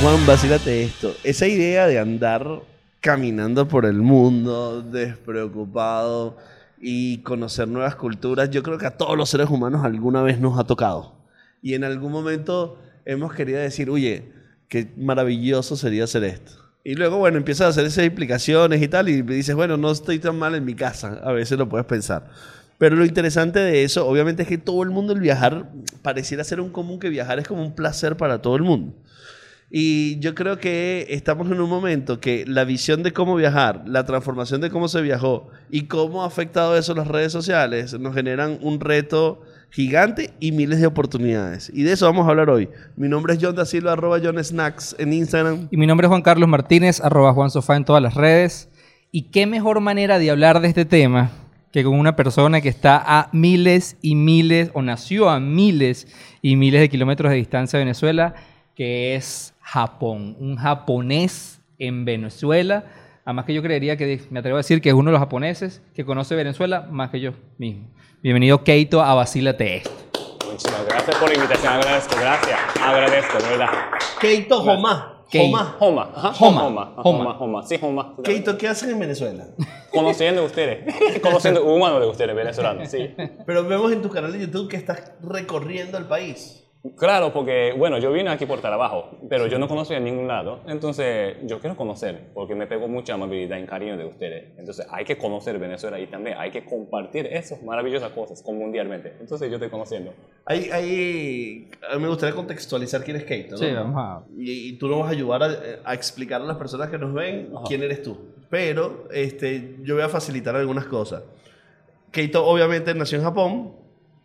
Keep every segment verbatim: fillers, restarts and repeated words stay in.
Juan, vacílate esto. Esa idea de andar caminando por el mundo, despreocupado y conocer nuevas culturas, yo creo que a todos los seres humanos alguna vez nos ha tocado. Y en algún momento hemos querido decir, oye, qué maravilloso sería hacer esto. Y luego, bueno, empiezas a hacer esas implicaciones y tal, y dices, bueno, no estoy tan mal en mi casa. A veces lo puedes pensar. Pero lo interesante de eso, obviamente, es que todo el mundo, el viajar, pareciera ser un común que viajar es como un placer para todo el mundo. Y yo creo que estamos en un momento que la visión de cómo viajar, la transformación de cómo se viajó y cómo ha afectado eso las redes sociales nos generan un reto gigante y miles de oportunidades. Y de eso vamos a hablar hoy. Mi nombre es John Da Silva, arroba John Snacks en Instagram. Y mi nombre es Juan Carlos Martínez, arroba Juan Sofá en todas las redes. Y qué mejor manera de hablar de este tema que con una persona que está a miles y miles, o nació a miles y miles de kilómetros de distancia de Venezuela, que es Japón, un japonés en Venezuela. Además que yo creería que, me atrevo a decir que es uno de los japoneses que conoce Venezuela más que yo mismo. Bienvenido, Keito, a Vacílate Esto. Muchísimas gracias por la invitación, agradezco, gracias, agradezco, de verdad. Keito Joma. Joma. Joma. Ajá. Joma. Joma. Joma. Joma. Sí, Joma. Keito, ¿qué haces en Venezuela? Conociendo a ustedes, conociendo humanos de ustedes, venezolanos, sí. Pero vemos en tu canal de YouTube que estás recorriendo el país. Claro, porque, bueno, yo vine aquí por trabajo, pero yo no conocía en ningún lado. Entonces, yo quiero conocer, porque me pegó mucha amabilidad y cariño de ustedes. Entonces, hay que conocer Venezuela y también hay que compartir esas maravillosas cosas con mundialmente. Entonces, yo estoy conociendo. Hay, hay, a mí me gustaría contextualizar quién es Keito, ¿no? Sí, vamos a... Y, y tú nos vas a ayudar a, a explicar a las personas que nos ven Ajá. quién eres tú. Pero este, yo voy a facilitar algunas cosas. Keito, obviamente, nació en Japón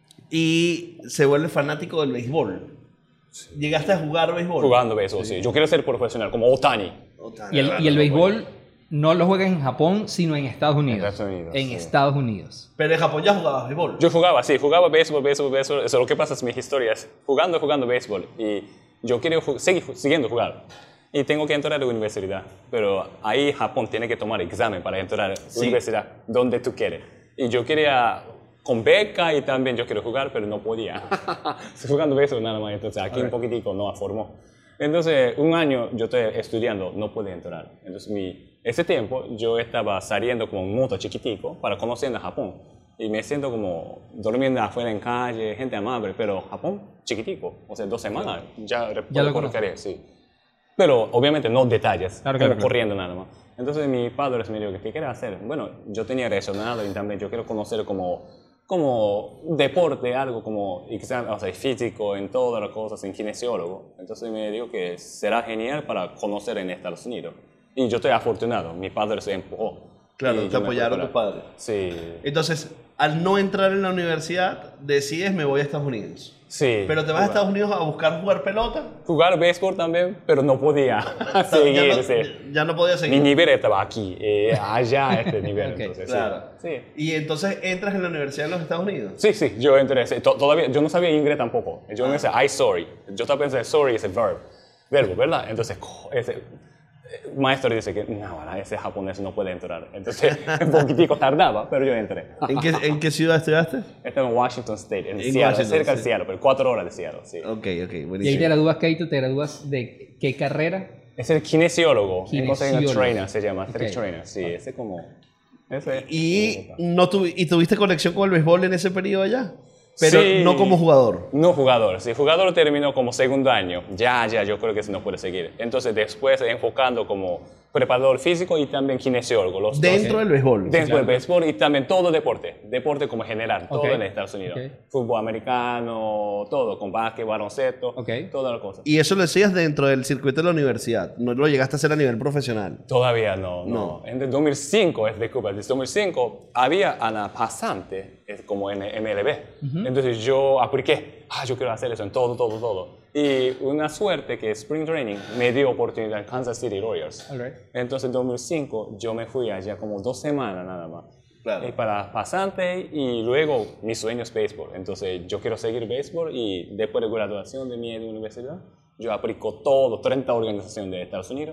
y se vuelve fanático del béisbol. Sí. ¿Llegaste a jugar béisbol? Jugando béisbol, sí. sí. Yo quiero ser profesional, como Otani. Otani. Y el, y el béisbol no lo juegan en Japón, sino en Estados Unidos. En Estados Unidos. En sí. Estados Unidos. Pero en Japón ya jugabas béisbol. Yo jugaba, sí. Jugaba béisbol, béisbol, béisbol. Eso es lo que pasa en mis historias. Jugando, jugando béisbol. Y yo quiero seguir siguiendo jugar. Y tengo que entrar a la universidad. Pero ahí Japón tiene que tomar examen para entrar a la sí. universidad donde tú quieres. Y yo quería... con beca y también yo quiero jugar, pero no podía. Estoy jugando béisbol nada más, entonces aquí un poquitico no formó. Entonces, un año yo estoy estudiando, no pude entrar. Entonces, mi, ese tiempo yo estaba saliendo como un moto chiquitico para conocer a Japón. Y me siento como durmiendo afuera en calle, gente amable, pero Japón chiquitico, o sea, dos semanas, ya, ya lo recorreré, sí. Pero obviamente no detalles, claro, claro, corriendo nada más. Entonces, mi padre me dijo, ¿qué quieres hacer? Bueno, yo tenía reaccionado y también yo quiero conocer como... como deporte, algo como examen, o sea, físico, en todas las cosas, en kinesiólogo. Entonces me dijo que será genial para conocer en Estados Unidos. Y yo estoy afortunado, mi padre se empujó. Claro, te apoyaron tus padres. Sí. Entonces, al no entrar en la universidad, decides me voy a Estados Unidos. Sí. Pero te vas jugar. a Estados Unidos a buscar jugar pelota. Jugar béisbol también, pero no podía seguir. Ya no, sí. ya no podía seguir. Mi nivel estaba aquí, eh, allá este nivel. Okay. Entonces, claro. Sí. Y entonces entras en la universidad en los Estados Unidos. Sí, sí, yo entré. Sí. Todavía, yo no sabía inglés tampoco. Yo ah. me decía, I sorry. Yo estaba pensando, sorry es el verb, verbo, ¿verdad? Entonces, ese... El maestro dice que no, ese japonés no puede entrar. Entonces, un poquitico tardaba, pero yo entré. ¿En qué, ¿en qué ciudad estudiaste? Estaba en Washington State, en, en Seattle, Washington, cerca de sí. Seattle, pero cuatro horas de Seattle, sí. Ok, ok, buenísimo. ¿Y ahí te gradúas, Keito? ¿Te gradúas de qué carrera? Es el kinesiólogo, kinesiólogo. trainer se llama, okay. trainer, sí, ese como... Ese, ¿Y, no tu, ¿Y tuviste conexión con el béisbol en ese periodo allá? Pero sí, no como jugador. No jugador. Si jugador terminó como segundo año, ya, ya, yo creo que no puede seguir. Entonces, después enfocando como preparador físico y también kinesiólogo. Los dentro dos, del béisbol. Dentro claro. del béisbol y también todo deporte. Deporte como general, todo okay. en Estados Unidos. Okay. Fútbol americano, todo, con básquet, baloncesto, okay. todas las cosas. ¿Y eso lo hacías dentro del circuito de la universidad? ¿No lo llegaste a hacer a nivel profesional? Todavía no, no. no. En el dos mil cinco, es de Cuba, en el dos mil cinco había una pasante como en M L B. Uh-huh. Entonces yo apliqué, ah, yo quiero hacer eso en todo, todo, todo. Y una suerte que Spring Training me dio oportunidad en Kansas City Royals. Right. Entonces en dos mil cinco yo me fui allá como dos semanas nada más. Claro. Y para pasante y luego mi sueño es béisbol. Entonces yo quiero seguir béisbol y después de graduación de mi universidad yo aplico todo, treinta organizaciones de Estados Unidos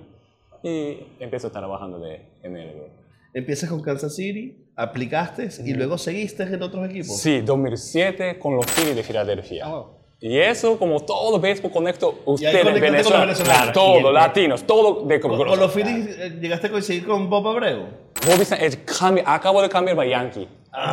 y empiezo trabajando de M L B. Empiezas con Kansas City, aplicaste y luego seguiste en otros equipos. Sí, dos mil siete con los Phillies de Filadelfia. Oh. Y eso, como todo béisbol conecto, ahí ustedes, conectaste con los venezolanos, venezolanos. todos, Bien. latinos, todo de Con, con los Phillies eh, llegaste a coincidir con Bob Abreu. Bobby San- es cambio- acabo de cambiar para Yankee.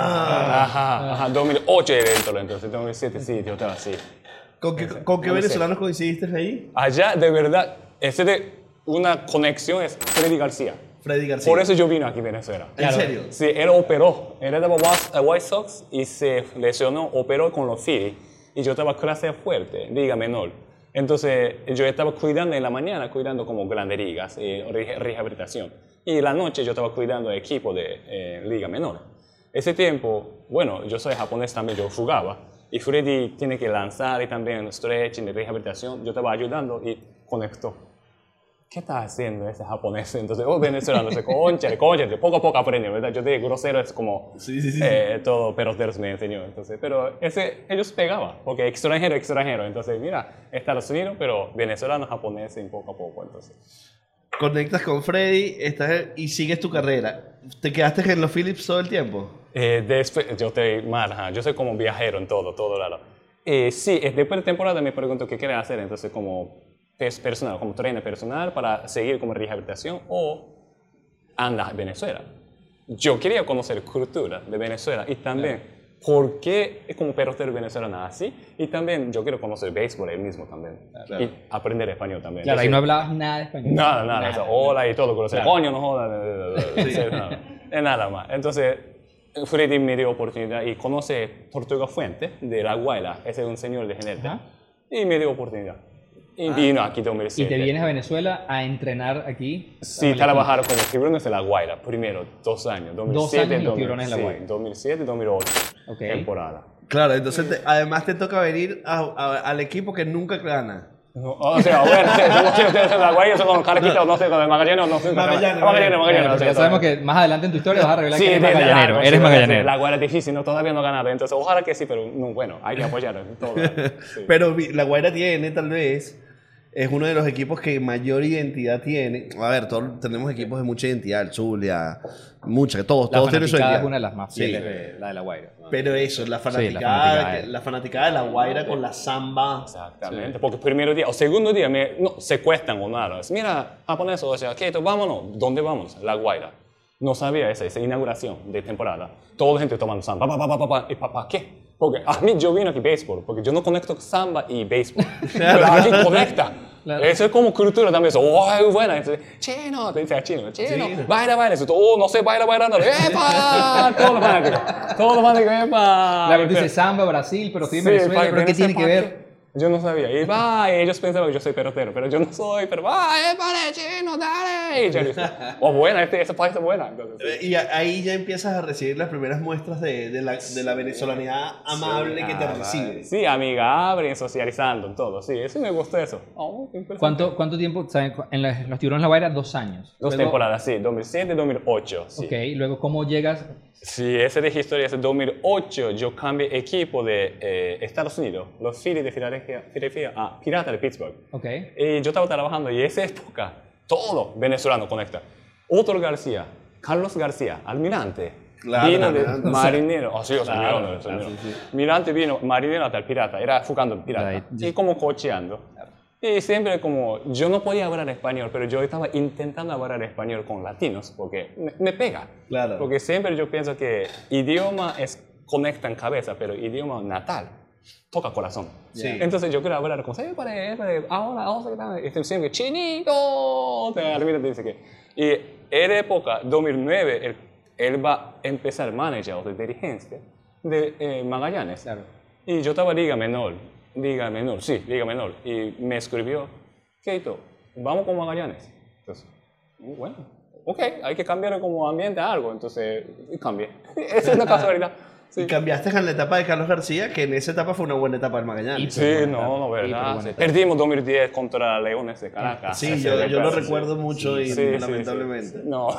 Ah. Ajá, ajá, dos mil ocho era dentro, entonces dos mil siete sí, yo estaba así. ¿Con qué, con qué no sé. venezolanos coincidiste ahí? Allá, de verdad, ese de una conexión es Freddy García. Freddy García. Por eso yo vine aquí a Venezuela. ¿En serio? Sí, él operó. Él estaba a White Sox y se lesionó, operó con los Phillies. Y yo estaba clase fuerte, liga menor. Entonces, yo estaba cuidando en la mañana, cuidando como grandes ligas, eh, re- rehabilitación. Y en la noche yo estaba cuidando el equipo de eh, liga menor. Ese tiempo, bueno, yo soy japonés también, yo jugaba. Y Freddy tiene que lanzar y también stretching y rehabilitación. Yo estaba ayudando y conectó. ¿Qué está haciendo ese japonés? Entonces, oh, venezolano, dice, concha, concha, poco a poco aprende, ¿verdad? Yo te digo, grosero es como Sí, sí, sí. eh, todo peloteros me enseñó. Entonces, pero ese, ellos pegaban, porque extranjero, extranjero. Entonces, mira, Estados Unidos, pero venezolano, japonés, y poco a poco. Entonces, Conectas con Freddy estás, y sigues tu carrera. ¿Te quedaste en los Phillips todo el tiempo? eh, después, yo estoy mal, ajá, yo soy como viajero en todo, todo lado. Eh, sí, eh, después de temporada me pregunto qué quiere hacer, entonces como pers- personal, como trainer personal para seguir como rehabilitación o anda a Venezuela. Yo quería conocer cultura de Venezuela y también por qué es como pelotero venezolano así y también yo quiero conocer béisbol él mismo también Claro. y aprender español también. Claro, ahí Entonces, no hablabas nada de español. Nada, nada, eso, hola y todo, conocer, Claro. coño, no jodas, sí, nada, es nada más. Entonces, Freddy me dio oportunidad y conoce Tortuga Fuente de La Guaira, ese es un señor de Genete, Ajá. y me dio oportunidad. Y vino aquí en dos mil Y siete. te vienes a Venezuela a entrenar aquí. Sí, con el trabajar como tiburones de La Guaira, primero, dos años, dos mil siete, años en los dos mil Tiburones de La sí, Guaira. dos mil siete, dos mil ocho, Ok. temporada. Claro, entonces te- además te toca venir a- a- al equipo que nunca gana. No, o sea, bueno, sí, somos sí, ustedes son La Guaira, son los carequitos, no sé, con el Magallanes, no sé. Magallanes, Magallanes, Magallanes, Claro, Magallanes. porque ya sabemos que más adelante en tu historia vas a revelar Sí, que eres de magallanero. verdad, Eres sí, magallanero. La Guaira es difícil, no, todavía no ganaron, entonces ojalá que sí, pero no, bueno, hay que apoyar en todo. Sí. Pero vi- La Guaira tiene, tal vez, es uno de los equipos que mayor identidad tiene. A ver, todos tenemos equipos de mucha identidad, el Zulia, mucha, todos, La todos tienen su fanaticada identidad. es una de las más Sí. fieles de la de La Guaira. Pero eso, la Sí, la fanaticada, fanaticada. que- la fanaticada de La Guaira con la samba. Exactamente, porque el primer día o segundo día me no, secuestran o nada. Es, mira, japonés, o sea, ¿qué? Vámonos. ¿Dónde vamos? La Guaira. No sabía esa, esa inauguración de temporada. Toda la gente tomando samba. Pa, pa, pa, pa, pa, ¿Y para qué? Porque a mí yo vine aquí béisbol, porque yo no conecto samba y béisbol. Pero aquí conecta. Claro. Eso es como cultura también. Eso, oh, es buena. Entonces, chino, te dice a chino, chino, Sí. baila, baila. Eso, oh, no sé, baila, bailando. ¡Epa! Todos los fanáticos. Todos los fanáticos, ¡epa! Claro, tú dices samba, Brasil, pero estoy en Sí, Venezuela, para pero ¿qué que tiene que sepa ver? Yo no sabía. Y va, y ellos pensaban que yo soy pelotero, pero yo no soy, pero va, eh, vale, chino, dale. Y yo dije, oh, buena, este, esa país es buena. Entonces, sí. Eh, Y a- ahí ya empiezas a recibir las primeras muestras de, de la, de la venezolanidad amable que te Ah, recibe. vale. Sí, amigable, socializando, en todo. Sí, eso me gustó eso. Oh, qué interesante. ¿Cuánto, ¿Cuánto tiempo? ¿Saben? En la- los Tiburones de La Guaira, dos años. Dos Luego- temporadas, sí, dos mil siete, dos mil ocho. Sí. Ok, luego, ¿cómo llegas? Sí, ese de historia es de dos mil ocho. Yo cambié equipo de eh, Estados Unidos, los Phillies de Filadelfia, Filadelfia a Piratas de Pittsburgh. Ok. Y yo estaba trabajando y en esa época todo venezolano conecta. Otro García, Carlos García, almirante. Claro, vino de almirante. marinero. Oh, sí, o sea, Claro, almirante, claro, almirante. sí, sí. Mirante vino, marinero hasta el pirata, era jugando el pirata. Right. Y como cocheando. Y siempre como, yo no podía hablar español, pero yo estaba intentando hablar español con latinos, porque me, me pega. Claro. Porque siempre yo pienso que idioma es conecta en cabeza, pero idioma natal toca corazón. Sí. Entonces yo quiero hablar con él, para ahora, ahora, y estoy siempre, chinito, te almirante dice que. Y en época, dos mil nueve, él, él va a empezar manager o de dirigencia de eh, Magallanes. Claro. Y yo estaba liga menor, liga menor, sí, liga menor. Y me escribió, Keito, vamos con Magallanes. Entonces, bueno, ok, hay que cambiar como ambiente a algo. Entonces, y cambié. Esa es una casualidad. Sí. Y cambiaste en la etapa de Carlos García, que en esa etapa fue una buena etapa del Magallanes. Sí, no, no, verdad. pero bueno, sí. está. Perdimos dos mil diez contra Leones de Caracas. Sí, Ese yo, de yo lo clase, recuerdo sí. mucho y Sí, sí, lamentablemente. sí. No.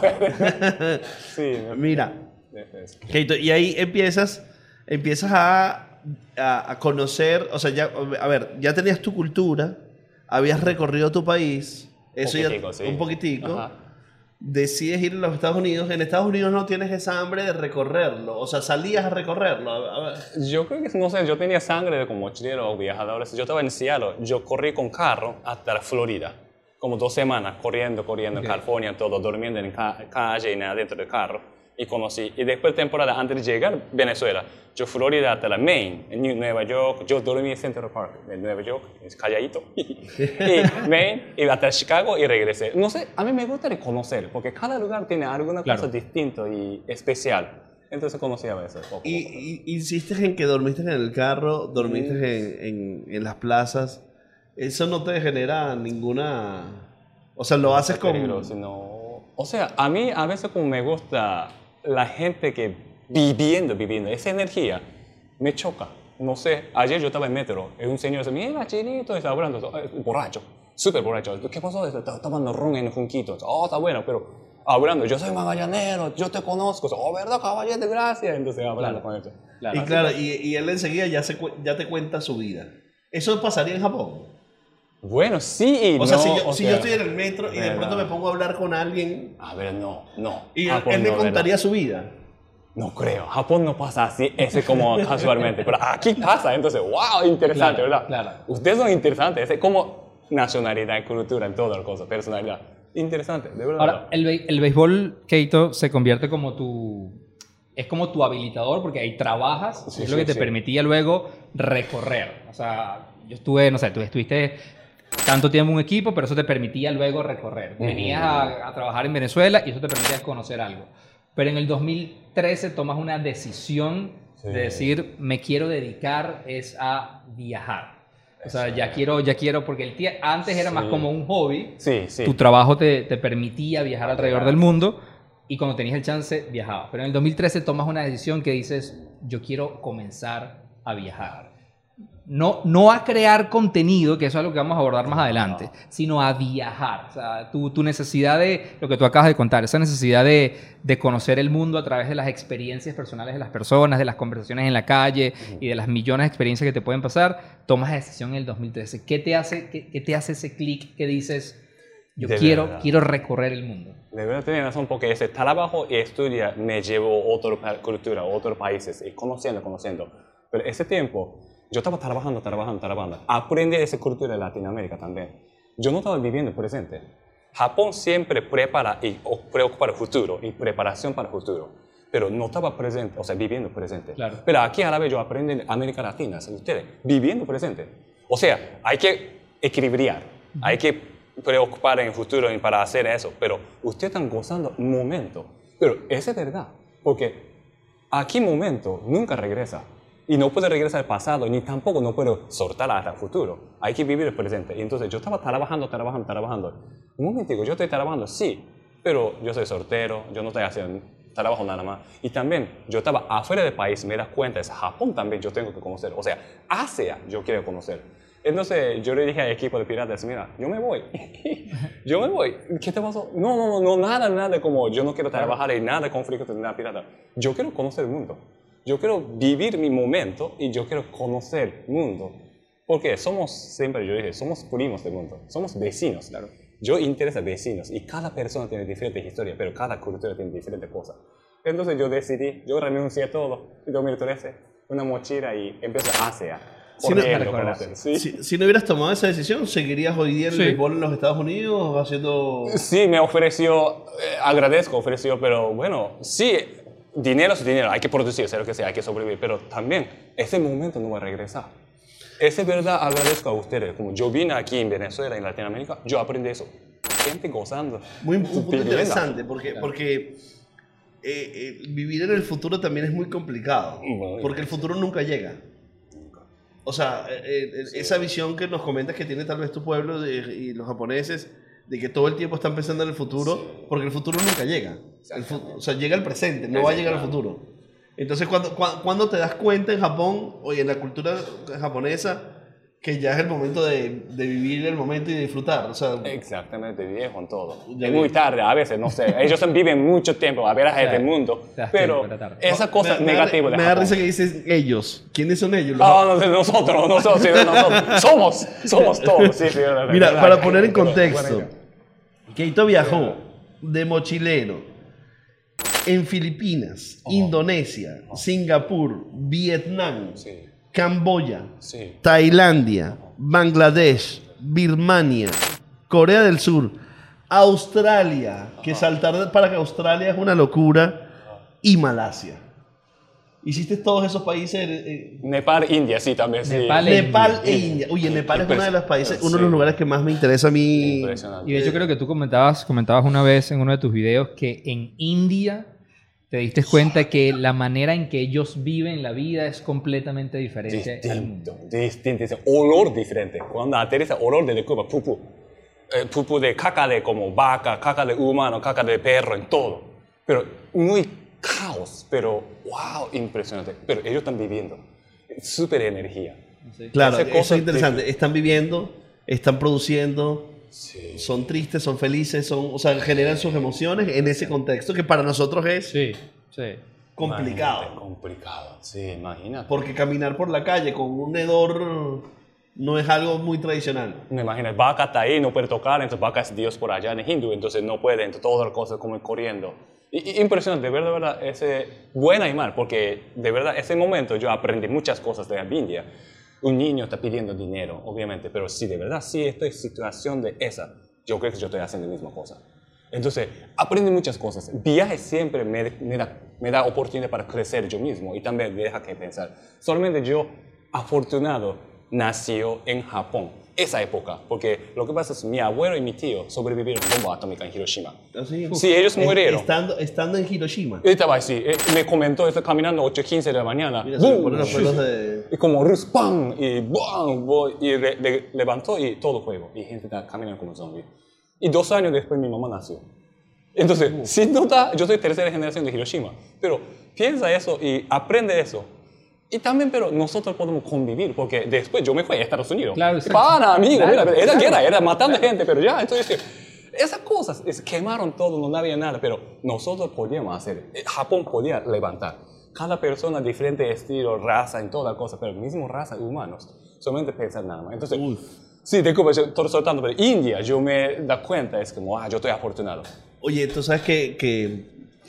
sí. me- Mira, es- Keito, y ahí empiezas, empiezas a, a, a conocer, o sea, ya, a ver, ya tenías tu cultura, habías recorrido tu país, eso ya- Poquitico, sí. un poquitico, Ajá. decides ir a los Estados Unidos. En Estados Unidos no tienes esa hambre de recorrerlo. O sea, salías a recorrerlo. A ver. Yo creo que, no sé, yo tenía sangre de como mochilero o viajador. Yo estaba en Seattle, yo corrí con carro hasta la Florida. Como dos semanas corriendo, corriendo okay. en California, todo, durmiendo en ca calle y nada dentro del carro. Y conocí. Y después de temporada, antes de llegar a Venezuela, yo Florida hasta la Maine, en Nueva York. Yo dormí en Central Park, en Nueva York, es calladito. y Maine, y hasta Chicago y regresé. No sé, a mí me gusta conocer, porque cada lugar tiene alguna claro. cosa distinta y especial. Entonces conocí a veces. Poco, ¿Y, poco. y insistes en que dormiste en el carro, dormiste mm. en, en, en las plazas? ¿Eso no te genera ninguna...? O sea, lo no haces con... Sino... O sea, a mí a veces como me gusta la gente que viviendo, viviendo, esa energía me choca. No sé, ayer yo estaba en metro y un señor dice, mira, chinito, estaba hablando, borracho, súper borracho. ¿Qué pasó? Estaba tomando ron en el junquito. Oh, está bueno, pero hablando, yo soy magallanero, yo te conozco. Oh, ¿verdad, caballete? Gracias. Entonces hablando claro. con él. Claro. Y claro, y, y él enseguida ya, se, ya te cuenta su vida. ¿Eso pasaría en Japón? Bueno, sí y no. O sea, si, yo, o si sea, yo estoy en el metro y de pronto me pongo a hablar con alguien... A ver, no, no. Y él, él me no, contaría ¿verdad? su vida. No creo. Japón no pasa así, ese como casualmente. Pero aquí pasa, entonces, wow, interesante, claro, ¿verdad? Claro. Ustedes son interesantes, es como nacionalidad, cultura, en todas las cosas, personalidad. Interesante, de verdad. Ahora, el, el béisbol, Keito, se convierte como tu... Es como tu habilitador, porque ahí trabajas, sí, es lo sí, que te sí. permitía luego recorrer. O sea, yo estuve, no sé, tú estuviste tanto tiempo en un equipo, pero eso te permitía luego recorrer. Venías uh-huh. a, a trabajar en Venezuela y eso te permitía conocer algo. Pero en el dos mil trece tomas una decisión sí. de decir, me quiero dedicar es a viajar. O sea, ya quiero, ya quiero, porque el tía, antes era sí. más como un hobby. Sí, sí. Tu trabajo te, te permitía viajar alrededor del mundo y cuando tenías el chance, viajabas. Pero en el dos mil trece tomas una decisión que dices, yo quiero comenzar a viajar. No, no a crear contenido, que eso es lo que vamos a abordar más adelante, no. sino a viajar. O sea, tu, tu necesidad de, lo que tú acabas de contar, esa necesidad de, de conocer el mundo a través de las experiencias personales de las personas, de las conversaciones en la calle uh-huh. y de las millones de experiencias que te pueden pasar, tomas la decisión en el dos mil trece. ¿Qué te hace, qué, qué te hace ese clic que dices, yo quiero, quiero recorrer el mundo? De verdad tienes razón, porque ese trabajo y estudia me llevó a otra cultura, a otros países, y conociendo, conociendo. Pero ese tiempo... Yo estaba trabajando, trabajando, trabajando. Aprendí esa cultura de Latinoamérica también. Yo no estaba viviendo el presente. Japón siempre prepara y preocupa para el futuro y preparación para el futuro. Pero no estaba presente, o sea, viviendo el presente. Claro. Pero aquí a la vez yo aprendí en América Latina, ustedes, viviendo el presente. O sea, hay que equilibrar, uh-huh. hay que preocupar en el futuro para hacer eso. Pero ustedes están gozando un momento. Pero eso es verdad, porque aquí momento nunca regresa. Y no puedo regresar al pasado, ni tampoco no puedo soltar hasta el futuro. Hay que vivir el presente. Y entonces yo estaba trabajando, trabajando, trabajando. Un momentico, yo estoy trabajando, sí, pero yo soy soltero, yo no estoy haciendo trabajo nada más. Y también yo estaba afuera del país, me das cuenta, es Japón también yo tengo que conocer. O sea, Asia yo quiero conocer. Entonces yo le dije al equipo de piratas, mira, yo me voy. yo me voy. ¿Qué te pasó? No, no, no, no, nada, nada como yo no quiero trabajar y nada de conflicto con nada pirata. Yo quiero conocer el mundo. Yo quiero vivir mi momento y yo quiero conocer el mundo. Porque somos, siempre yo dije, somos primos del mundo. Somos vecinos. Claro. Yo interesa vecinos y cada persona tiene diferentes historias, pero cada cultura tiene diferentes cosas. Entonces yo decidí, yo renuncié a todo en dos mil trece, una mochila y empecé a Asia. Si no, ¿sí? si, si no hubieras tomado esa decisión, ¿seguirías hoy día el sí. béisbol en los Estados Unidos haciendo...? Sí, me ofreció, eh, agradezco, ofreció, pero bueno, sí, dinero es dinero, hay que producir, sea lo que sea, hay que sobrevivir, pero también ese momento no va a regresar. Es verdad, agradezco a ustedes, como yo vine aquí en Venezuela, en Latinoamérica, yo aprendí eso, gente gozando. Muy un punto interesante, porque, claro. porque eh, eh, vivir en el futuro también es muy complicado, bueno, porque el futuro nunca llega. O sea, eh, eh, sí. esa visión que nos comentas que tiene tal vez tu pueblo de, y los japoneses, de que todo el tiempo están pensando en el futuro, sí. porque el futuro nunca llega. El fu- o sea, llega el presente, no va a llegar al futuro. Entonces, cuando, cuando, cuando te das cuenta en Japón, o en la cultura japonesa, que ya es el momento de, de vivir el momento y de disfrutar. O sea, exactamente, viejo en todo. Es muy tarde, a veces, no sé. Ellos viven mucho tiempo a ver a gente del mundo, pero esa cosa me, negativa de Me Japón. da risa que dices ellos. ¿Quiénes son ellos? Ah, no, nosotros, nosotros, sí, nosotros. Somos, somos todos. Sí, sí, mira, para poner en contexto, Keito viajó de mochilero en Filipinas, Indonesia, Singapur, Vietnam, Sí. Camboya, Sí. Tailandia, Bangladesh, Birmania, Corea del Sur, Australia, que saltar para que Australia es una locura, y Malasia. Hiciste todos esos países. eh, Nepal, India, sí, también. Sí. Nepal e Nepal e India. India. Oye, Nepal es Impres- uno de los países, uno de sí. los lugares que más me interesa a mí. Impresionante. Y de hecho creo que tú comentabas, comentabas una vez en uno de tus videos que en India te diste cuenta que la manera en que ellos viven la vida es completamente diferente al mundo. Distinto, distinto, es olor diferente. Cuando aterriza, olor de Cuba, pupu. Eh, pupu de caca de como vaca, caca de humano, caca de perro, en todo. Pero muy caos, pero wow, impresionante. Pero ellos están viviendo. Súper energía. Claro, Hace eso cosas es interesante. Están viviendo, están produciendo, Sí. son tristes, son felices, son, o sea, generan sus emociones en ese contexto que para nosotros es Sí, sí. complicado. Imagínate, complicado, sí, imagínate. Porque caminar por la calle con un hedor no es algo muy tradicional. Me imagino, vaca está ahí, no puede tocar, entonces vaca es Dios por allá en hindú, entonces no puede, entonces todas las cosas como corriendo. Y, y impresionante, de verdad, de verdad, ese buena y mal, porque de verdad, ese momento yo aprendí muchas cosas de la India. Un niño está pidiendo dinero, obviamente, pero si de verdad, si estoy en situación de esa, yo creo que yo estoy haciendo la misma cosa. Entonces, aprendí muchas cosas. Viaje siempre me, me, da, me da oportunidad para crecer yo mismo y también me deja que pensar. Solamente yo, afortunado, nació en Japón, esa época, porque lo que pasa es que mi abuelo y mi tío sobrevivieron a la bomba atómica en Hiroshima. Así. Sí, ellos Es- murieron. Estando, estando en Hiroshima. Él estaba así, eh, me comentó, estoy caminando ocho quince de la mañana. Mira, se me ¡Bum! ponen los pelos de... Y como Rus, ¡pam! Y ¡bam! bo- Y le- le- levantó y todo fuego. Y gente está caminando como zombie. Y dos años después mi mamá nació. Entonces, si nota, yo soy tercera generación de Hiroshima. Pero piensa eso y aprende eso. Y también, pero nosotros podemos convivir, porque después yo me fui a Estados Unidos. Claro, Y exacto. Para, amigo, Claro, mira, era claro. guerra, era matando gente, pero ya, entonces, esas cosas, es, quemaron todo, no había nada, pero nosotros podíamos hacer, eh, Japón podía levantar. Cada persona, diferente estilo, raza, en toda cosa, pero mismo raza, humanos, solamente pensar nada más. Entonces, sí, disculpa, yo estoy soltando, pero India, yo me da cuenta, es como, ah, yo estoy afortunado. Oye, tú sabes que, que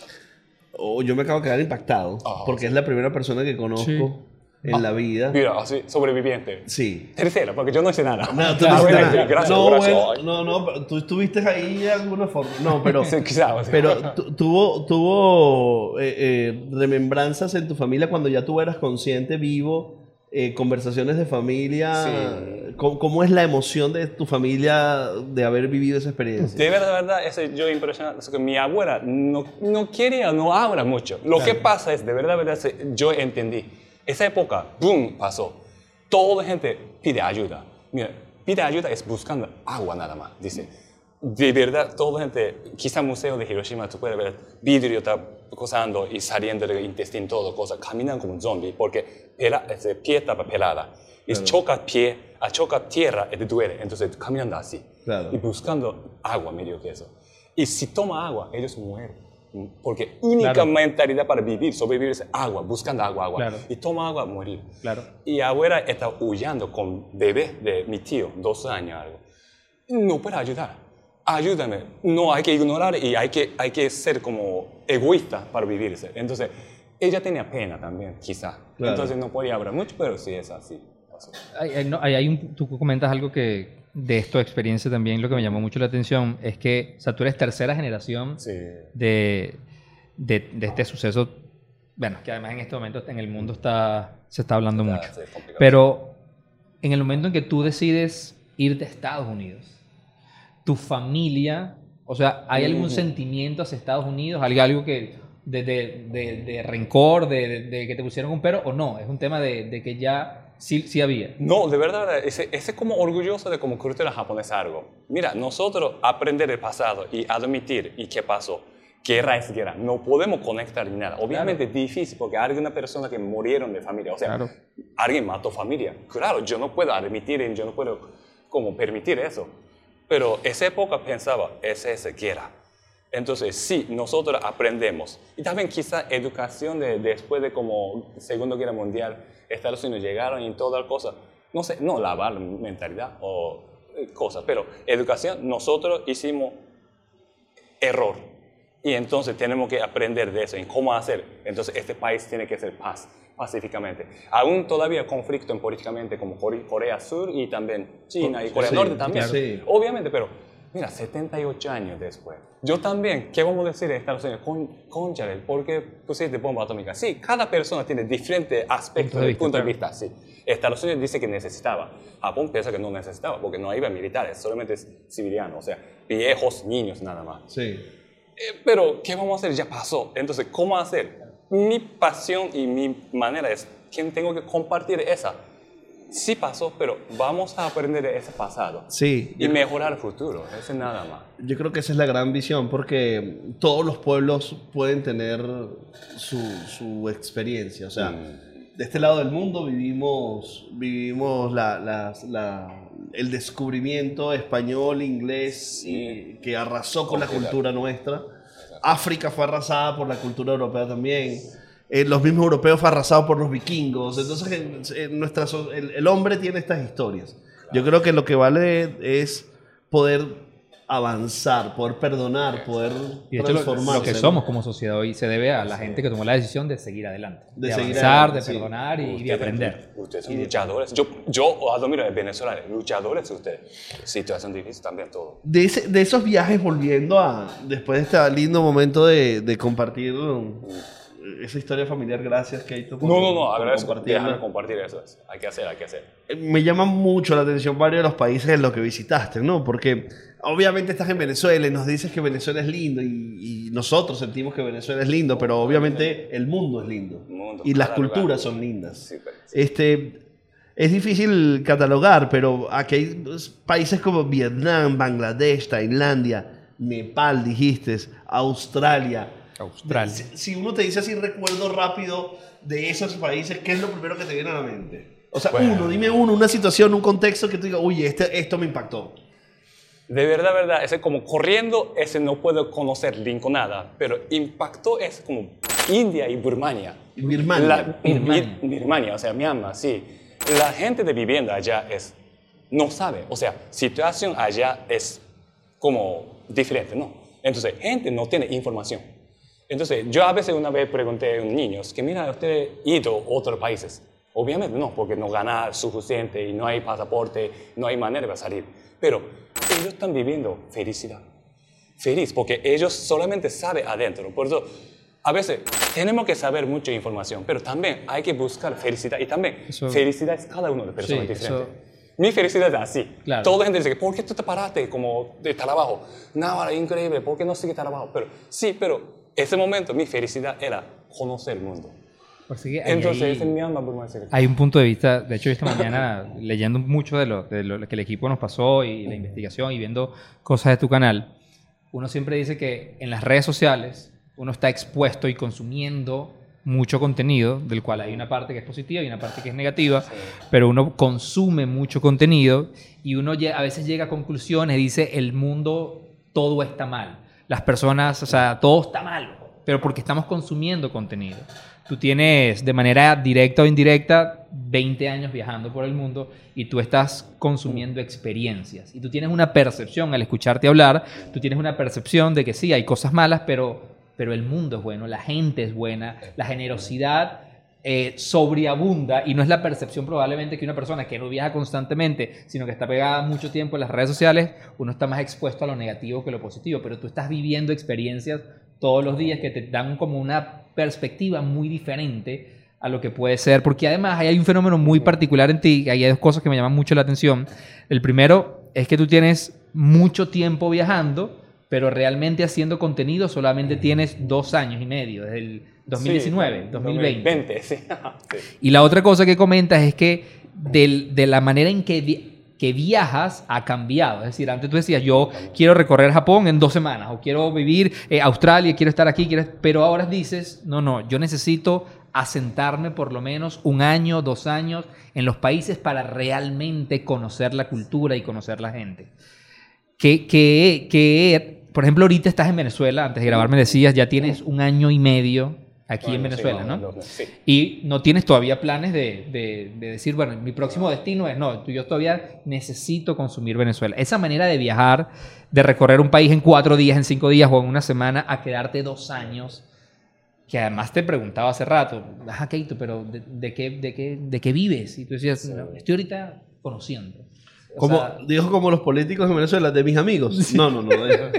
oh, yo me acabo de quedar impactado Ah, porque sí. es la primera persona que conozco Sí. en la vida. Mira, así, sobreviviente. Sí. Tercera, porque yo no hice nada. No, tú Ah, no, bueno, hiciste nada. gracias, no, gracias. bueno, no, no, pero tú estuviste ahí de alguna forma. No, pero, Sí, quizás, sí. pero tu- tuvo, tuvo eh, eh, remembranzas en tu familia cuando ya tú eras consciente, vivo, eh, conversaciones de familia. Sí. ¿Cómo, cómo es la emoción de tu familia de haber vivido esa experiencia? De verdad, de verdad, eso yo impresionante. Es que mi abuela no, no quería, no habla mucho. Lo que pasa es, de verdad, de verdad, se- yo entendí. Esa época, boom, pasó. Toda la gente pide ayuda. Mira, pide ayuda es buscando agua nada más, dice. De verdad, toda la gente, quizá el museo de Hiroshima, tú puedes ver vidrio está cosando y saliendo del intestino, todo, cosas, caminan como un zombie, porque pela, ese pie estaba pelada. Y choca pie, a choca tierra y te duele, entonces caminando así. Claro. Y buscando agua, medio que eso. Y si toma agua, ellos mueren. Porque única Claro. mentalidad para vivir, sobrevivir es agua, buscando agua, agua. Claro. Y toma agua, morir. Claro. Y abuela está huyendo con bebé de mi tío, dos años algo. No puede ayudar. Ayúdame. No hay que ignorar y hay que, hay que ser como egoísta para vivirse. Entonces, ella tenía pena también, quizá. Claro. Entonces no podía hablar mucho, pero sí es así. Así. Hay, hay- no, hay- hay un- tú comentas algo que de esto experiencia también, lo que me llamó mucho la atención es que, o sea, tú eres tercera generación Sí. de, de, de este suceso, bueno, que además en este momento en el mundo está, se está hablando mucho. Sí, es complicado. Pero en el momento en que tú decides irte a Estados Unidos, tu familia, o sea, ¿hay algún Ujú. sentimiento hacia Estados Unidos? ¿Hay algo que de, de, de, de rencor, de, de- de que te pusieron un pero o no? Es un tema de, de que ya sí, sí había. No, de verdad, ese, ese como orgulloso de como cultura japonesa algo. Mira, nosotros aprender el pasado y admitir y qué pasó. Guerra es guerra. No podemos conectar ni nada. Obviamente es difícil porque hay alguna persona que murieron de familia. O sea, Claro. alguien mató familia. Claro, yo no puedo admitir, yo no puedo como permitir eso. Pero esa época pensaba, es esa guerra. Entonces, sí, nosotros aprendemos. Y también quizá educación de, después de como Segunda Guerra Mundial, Estados Unidos llegaron y toda la cosa. No sé, no lavar la mentalidad o eh, cosas, pero educación, nosotros hicimos error. Y entonces tenemos que aprender de eso, en cómo hacer. Entonces este país tiene que ser paz, pacíficamente. Aún todavía conflicto en políticamente como Core- Corea Sur y también China y Corea Sí, Norte también. claro. Sí. Obviamente, pero mira, setenta y ocho años después. Yo también, ¿qué vamos a decir de Estados Unidos? Con, cónchale, ¿por qué pusiste bomba atómica? Sí, cada persona tiene diferentes aspectos Punto de del vista, punto de claro. vista. Sí. Estados Unidos dice que necesitaba. Japón piensa que no necesitaba porque no había militares, solamente civilianos, o sea, viejos, niños nada más. Sí. Eh, pero, ¿qué vamos a hacer? Ya pasó. Entonces, ¿cómo hacer? Mi pasión y mi manera es que tengo que compartir esa. Sí pasó, pero vamos a aprender de ese pasado. Sí. Y mejorar el futuro. Eso es nada más. Yo creo que esa es la gran visión, porque todos los pueblos pueden tener su, su experiencia. O sea, Mm. de este lado del mundo vivimos, vivimos la, la- la- el descubrimiento español, inglés, Sí. y- que arrasó con la Completo. cultura nuestra. África fue arrasada por la cultura europea también. Eh, los mismos europeos fue arrasado por los vikingos. Entonces, en- en nuestra so- el, el hombre tiene estas historias. Yo creo que lo que vale es poder avanzar, poder perdonar, poder Y de hecho, lo, transformarse. lo que ¿no? somos como sociedad hoy se debe a la gente que tomó la decisión de seguir adelante. De De, seguir avanzar, adelante, de sí. perdonar y, y de Ustedes- aprender. Ustedes son luchadores. Yo, yo admiro a los venezolanos, luchadores ustedes. Situación difícil también todo. De, ese- de esos viajes, volviendo a, después de este lindo momento de, de compartir um, esa historia familiar, gracias, Keito, por, No, no, no, por agradezco. compartirla. Déjame compartir eso. Hay que hacer, hay que hacer. Me llama mucho la atención varios de los países en los que visitaste, ¿no? Porque obviamente estás en Venezuela y nos dices que Venezuela es lindo y, y nosotros sentimos que Venezuela es lindo, pero obviamente el mundo es lindo El mundo, y las cada culturas lugar. son lindas. Sí, pero- sí. Este, es difícil catalogar, pero aquí hay pues, países como Vietnam, Bangladesh, Tailandia, Nepal, dijiste, Australia. Australia. Si, si uno te dice así, recuerdo rápido de esos países, ¿qué es lo primero que te viene a la mente? O sea, Bueno. uno, dime uno, una situación, un contexto que tú digas, oye, este, esto me impactó. De verdad, verdad, ese como corriendo, ese no puedo conocer link con nada, pero impactó es como India y Birmania. Birmania. La- Birmania. Bir- Birmania, o sea, Myanmar, sí. La gente de vivienda allá es, no sabe, o sea, situación allá es como diferente, ¿no? Entonces, gente no tiene información. Entonces, yo a veces una vez pregunté a unos niños que, mira, ¿usted ha ido a otros países? Obviamente no, porque no gana suficiente y no hay pasaporte, no hay manera de salir. Pero ellos están viviendo felicidad. Feliz, porque ellos solamente saben adentro. Por eso, a veces tenemos que saber mucha información, pero también hay que buscar felicidad. Y también, Eso- felicidad es cada uno de personas Sí, diferentes. eso- Mi felicidad es así. Claro. Toda la gente dice, ¿por qué tú te paraste como de trabajo? Nada, increíble, ¿por qué no sigues trabajo? Pero sí, pero ese momento mi felicidad era conocer el mundo. Así que hay, Entonces, ahí- ese es mi alma, por más hay un punto de vista, de hecho esta mañana leyendo mucho de lo, de lo que el equipo nos pasó y la investigación y viendo cosas de tu canal, uno siempre dice que en las redes sociales uno está expuesto y consumiendo mucho contenido, del cual hay una parte que es positiva y una parte que es negativa, pero uno consume mucho contenido y uno lle- a veces llega a conclusiones y dice, el mundo todo está mal, las personas, o sea, todo está mal, pero porque estamos consumiendo contenido. Tú tienes de manera directa o indirecta veinte años viajando por el mundo y tú estás consumiendo experiencias. Y tú tienes una percepción al escucharte hablar, tú tienes una percepción de que sí, hay cosas malas, pero, pero el mundo es bueno, la gente es buena, la generosidad eh, sobreabunda y no es la percepción probablemente que una persona que no viaja constantemente, sino que está pegada mucho tiempo en las redes sociales, uno está más expuesto a lo negativo que lo positivo, pero tú estás viviendo experiencias todos los días que te dan como una perspectiva muy diferente a lo que puede ser, porque además hay un fenómeno muy particular en ti, hay dos cosas que me llaman mucho la atención. El primero es que tú tienes mucho tiempo viajando, pero realmente haciendo contenido solamente tienes dos años y medio, desde el dos mil diecinueve, Sí, dos mil veinte. dos mil veinte, sí. Sí. Y la otra cosa que comentas es que del- de la manera en que, vi- que viajas ha cambiado. Es decir, antes tú decías, yo quiero recorrer Japón en dos semanas, o quiero vivir eh, Australia, quiero estar aquí, quiero... pero ahora dices, no, no, yo necesito asentarme por lo menos un año, dos años en los países para realmente conocer la cultura y conocer la gente. Que, que, que, por ejemplo, ahorita estás en Venezuela, antes de grabar me decías, ya tienes un año y medio aquí Bueno, en Venezuela, sí, ¿no? no, no, sí. Y no tienes todavía planes de, de, de decir, bueno, mi próximo destino es, no, yo todavía necesito consumir Venezuela. Esa manera de viajar, de recorrer un país en cuatro días, en cinco días o en una semana, a quedarte dos años, que además te preguntaba hace rato, ajá, Keito, pero ¿de, de, qué, de, qué, ¿de qué vives? Y tú decías, no, estoy ahorita conociendo. O Como, sea, dijo como los políticos en Venezuela, de mis amigos. No, no, no. de-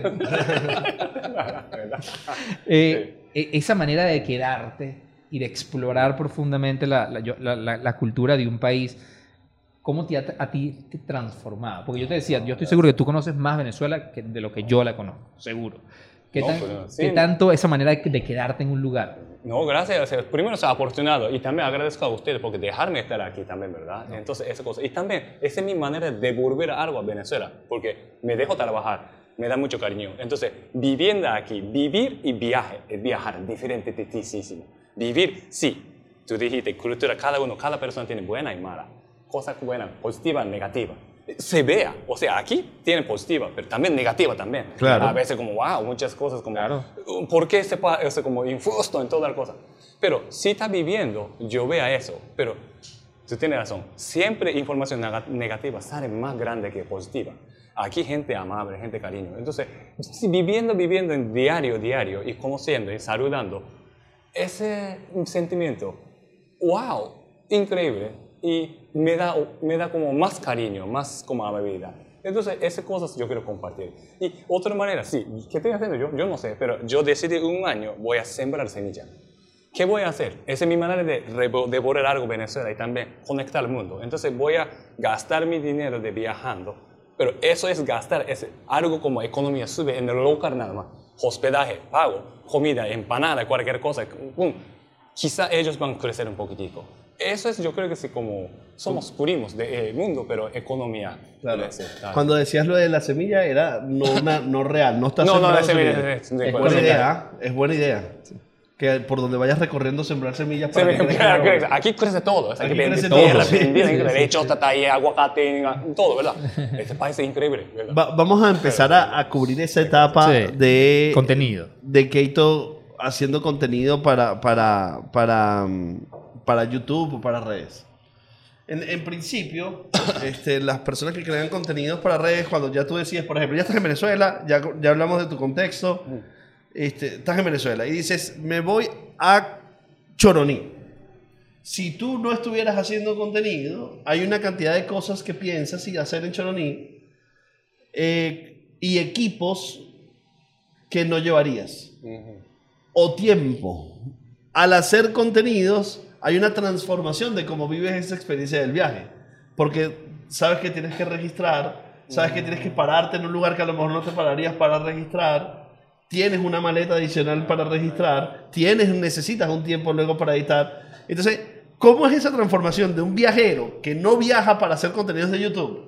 eh, e- esa manera de quedarte y de explorar profundamente la, la, yo- la- la- la cultura de un país, ¿cómo te, ha- a ti te transformaba? Porque yo te decía, yo estoy seguro que tú conoces más Venezuela que de lo que yo la conozco, seguro. ¿Qué, No, tan- pero sí. qué tanto esa manera de, de quedarte en un lugar? No, gracias. O sea, primero, soy afortunado y también agradezco a ustedes porque dejarme estar aquí también, ¿verdad? Entonces, esa cosa. Y también, esa es mi manera de devolver algo a Venezuela porque me dejo trabajar, me da mucho cariño. Entonces, viviendo aquí, vivir y viaje, es viajar, diferente, distintísimo. Vivir, sí, tú dijiste, cultura, cada uno, cada persona tiene buena y mala, cosas buenas, positiva, negativa. Se vea, o sea, aquí tiene positiva, pero también negativa también. Claro. A veces como, wow, muchas cosas como, Claro. ¿por qué se pa- o sea, como injusto en toda la cosa? Pero si está viviendo, yo veo eso, pero tú tienes razón, siempre información nega- negativa sale más grande que positiva. Aquí gente amable, gente cariño. Entonces, si viviendo, viviendo en diario, diario, y conociendo y saludando, ese sentimiento, wow, increíble. Y me da, me da como más cariño, más como amabilidad. Entonces, esas cosas yo quiero compartir. Y otra manera, sí, ¿qué estoy haciendo yo? Yo no sé, pero yo decidí un año voy a sembrar semilla. ¿Qué voy a hacer? Esa es mi manera de revo- devorar algo Venezuela y también conectar al mundo. Entonces, voy a gastar mi dinero de viajando, pero eso es gastar, es algo como economía sube en el local nada más. Hospedaje, pago, comida, empanada, cualquier cosa. Pum. Quizá ellos van a crecer un poquitico. Eso es, yo creo que sí, como somos primos del de, eh, mundo, pero economía. Claro. puede ser, tal. Cuando decías lo de la semilla, era no, una, no real, no estás No, no, sembrando la semilla, semilla. es- es- es- Es puede buena ser. idea, ¿ah? Es buena idea. Que por donde vayas recorriendo sembrar semillas para Semilla, que crezcan crece. árboles. Aquí crece todo. O sea, Aquí que crece tierra, todo, sí, tierra, sí, de sí. hecho, tatay, aguacate, todo, ¿verdad? Este país es increíble, ¿verdad? Va- vamos a empezar a, a cubrir esa etapa Sí. de Contenido. de Keito haciendo contenido para para para mm, para YouTube o para redes. En, en principio, este, las personas que crean contenidos para redes, cuando ya tú decides, por ejemplo, ya estás en Venezuela, ya, ya hablamos de tu contexto, este, estás en Venezuela y dices, me voy a Choroní. Si tú no estuvieras haciendo contenido, hay una cantidad de cosas que piensas y hacer en Choroní eh, y equipos que no llevarías. O tiempo. Al hacer contenidos, hay una transformación de cómo vives esa experiencia del viaje. Porque sabes que tienes que registrar, sabes que tienes que pararte en un lugar que a lo mejor no te pararías para registrar, tienes una maleta adicional para registrar, tienes, necesitas un tiempo luego para editar. Entonces, ¿cómo es esa transformación de un viajero que no viaja para hacer contenidos de YouTube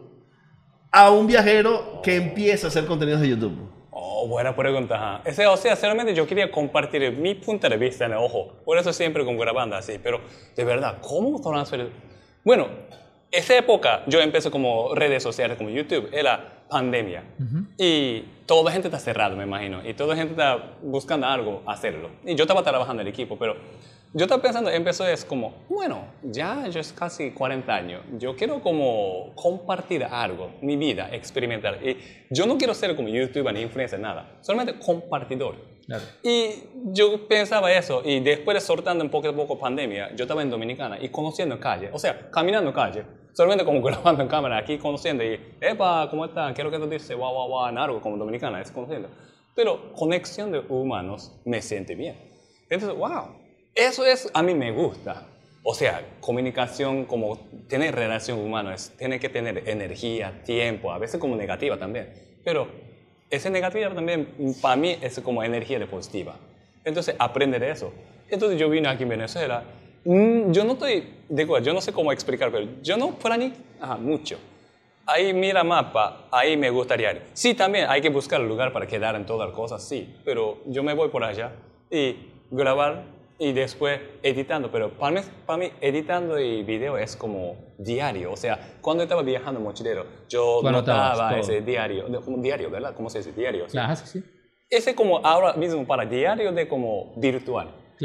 a un viajero que empieza a hacer contenidos de YouTube? Oh, buena pregunta. Ajá. Ese, o sea, solamente yo quería compartir mi punto de vista en el ojo. Por eso siempre con grabando así. Pero, de verdad, ¿cómo transferir? Bueno, esa época yo empecé como redes sociales, como YouTube, era pandemia. Uh-huh. Y toda la gente está cerrada, me imagino. Y toda la gente está buscando algo, hacerlo. Y yo estaba trabajando en el equipo, pero yo estaba pensando, empezó es como, bueno, ya yo es casi cuarenta años, yo quiero como compartir algo, mi vida, experimentar. Y yo no quiero ser como youtuber ni influencer, nada, solamente compartidor. Claro. Y yo pensaba eso, y después de soltando un poco a poco pandemia, yo estaba en Dominicana y conociendo calle, o sea, caminando calle, solamente como grabando en cámara aquí, conociendo, y, epa, ¿cómo está? Quiero que tú dices, guau, guau, guau, en algo como Dominicana, es conociendo. Pero conexión de humanos me siente bien. Entonces, wow. Eso es, a mí me gusta. O sea, comunicación, como tener relación humana, es, tiene que tener energía, tiempo, a veces como negativa también. Pero esa negativa también, para mí, es como energía de positiva. Entonces, aprender eso. Entonces, yo vine aquí en Venezuela. Mmm, yo no estoy, digo, yo no sé cómo explicar, pero yo no planeé mucho. Ahí mira mapa, ahí me gustaría ir. Sí, también hay que buscar el lugar para quedar en todas las cosas, sí. Pero yo me voy por allá y grabar y después editando, pero para mí, para mí editando y video es como diario, o sea, cuando estaba viajando mochilero, yo notaba ese diario, como diario, ¿verdad? ¿Cómo se dice? Diario. ¿Sí? Claro, sí, sí. Ese como ahora mismo para diario de como virtual. Claro.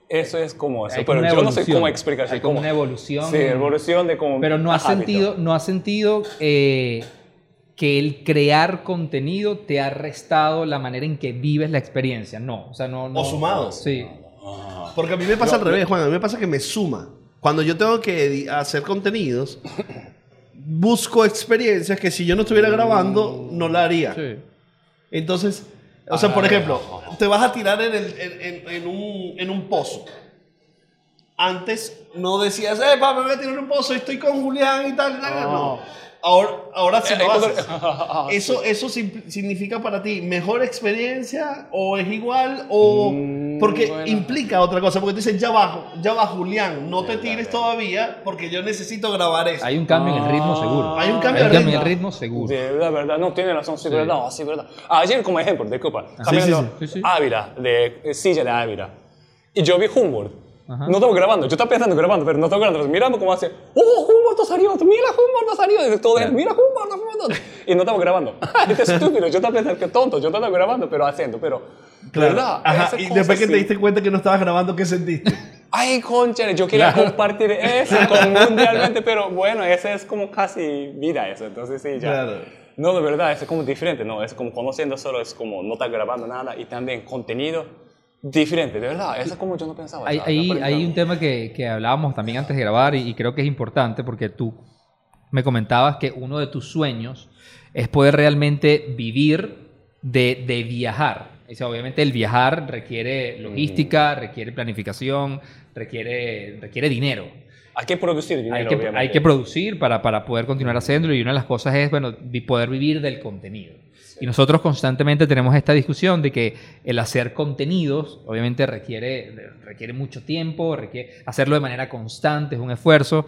Eso es como eso, Hay como pero una yo no sé evolución. cómo explicar. Hay como una evolución. Sí, evolución de como... Pero no has hábito. sentido, no has sentido eh, que el crear contenido te ha restado la manera en que vives la experiencia. No, o sea, no... no O sumado. Sí. Porque a mí me pasa Yo- al revés, Juan. A mí me pasa que me suma. Cuando yo tengo que edi- hacer contenidos, busco experiencias que si yo no estuviera grabando, no la haría. Sí. Entonces, o sea, por Ah. ejemplo, te vas a tirar en, el- en- en- en un, en un pozo. Antes no decías, eh, pa, me voy a tirar en un pozo y estoy con Julián y tal. No, no, no. Ahora, ahora sí Eh, lo entonces- haces. Ah, ¿Eso, eso sim- significa para ti mejor experiencia o es igual o Mm, porque bueno. implica otra cosa? Porque tú dices, ya va, ya va Julián, no te Ya, ya, tires ya. todavía porque yo necesito grabar eso. Hay un cambio en el ritmo seguro. Hay un cambio Hay de un cambio en ritmo. el ritmo seguro. De verdad, verdad, no, tiene razón, sí, verdad, no, sí, verdad. Ayer, como ejemplo, disculpa, sí, caminando sí, sí. Ávila, de eh, Silla de Ávila, y yo vi Humboldt. Ajá. No estaba grabando, yo estaba pensando grabando, pero no estaba grabando, mirando como hace, ¡oh, Humboldt ha salido! ¡Mira, Humboldt ha salido! Y todo, Claro. ¡mira, Humboldt, Humboldt! Y no estaba grabando. Este es estúpido, yo estaba pensando que tonto, yo estaba grabando, pero haciendo, pero, Claro. ¿verdad? Ajá, Esa y cosa después que te sí. diste cuenta que no estabas grabando, ¿qué sentiste? Ay, concha, yo quería compartir eso con mundialmente, pero bueno, ese es como casi vida eso, entonces sí, ya. Claro. No, de verdad, es como diferente, no, es como conociendo solo, es como no estar grabando nada y también contenido diferente, de verdad, eso es como yo no pensaba. Hay, ¿sabes? hay, Aprendí hay algo. un tema que, que hablábamos también antes de grabar y, y creo que es importante porque tú me comentabas que uno de tus sueños es poder realmente vivir de, de viajar. O sea, obviamente el viajar requiere logística, requiere planificación, requiere, requiere dinero. Hay que producir dinero, Hay que, obviamente. hay que producir para, para poder continuar haciéndolo y una de las cosas es, bueno, vi- poder vivir del contenido. Y nosotros constantemente tenemos esta discusión de que el hacer contenidos obviamente requiere, requiere mucho tiempo, requiere hacerlo de manera constante, es un esfuerzo.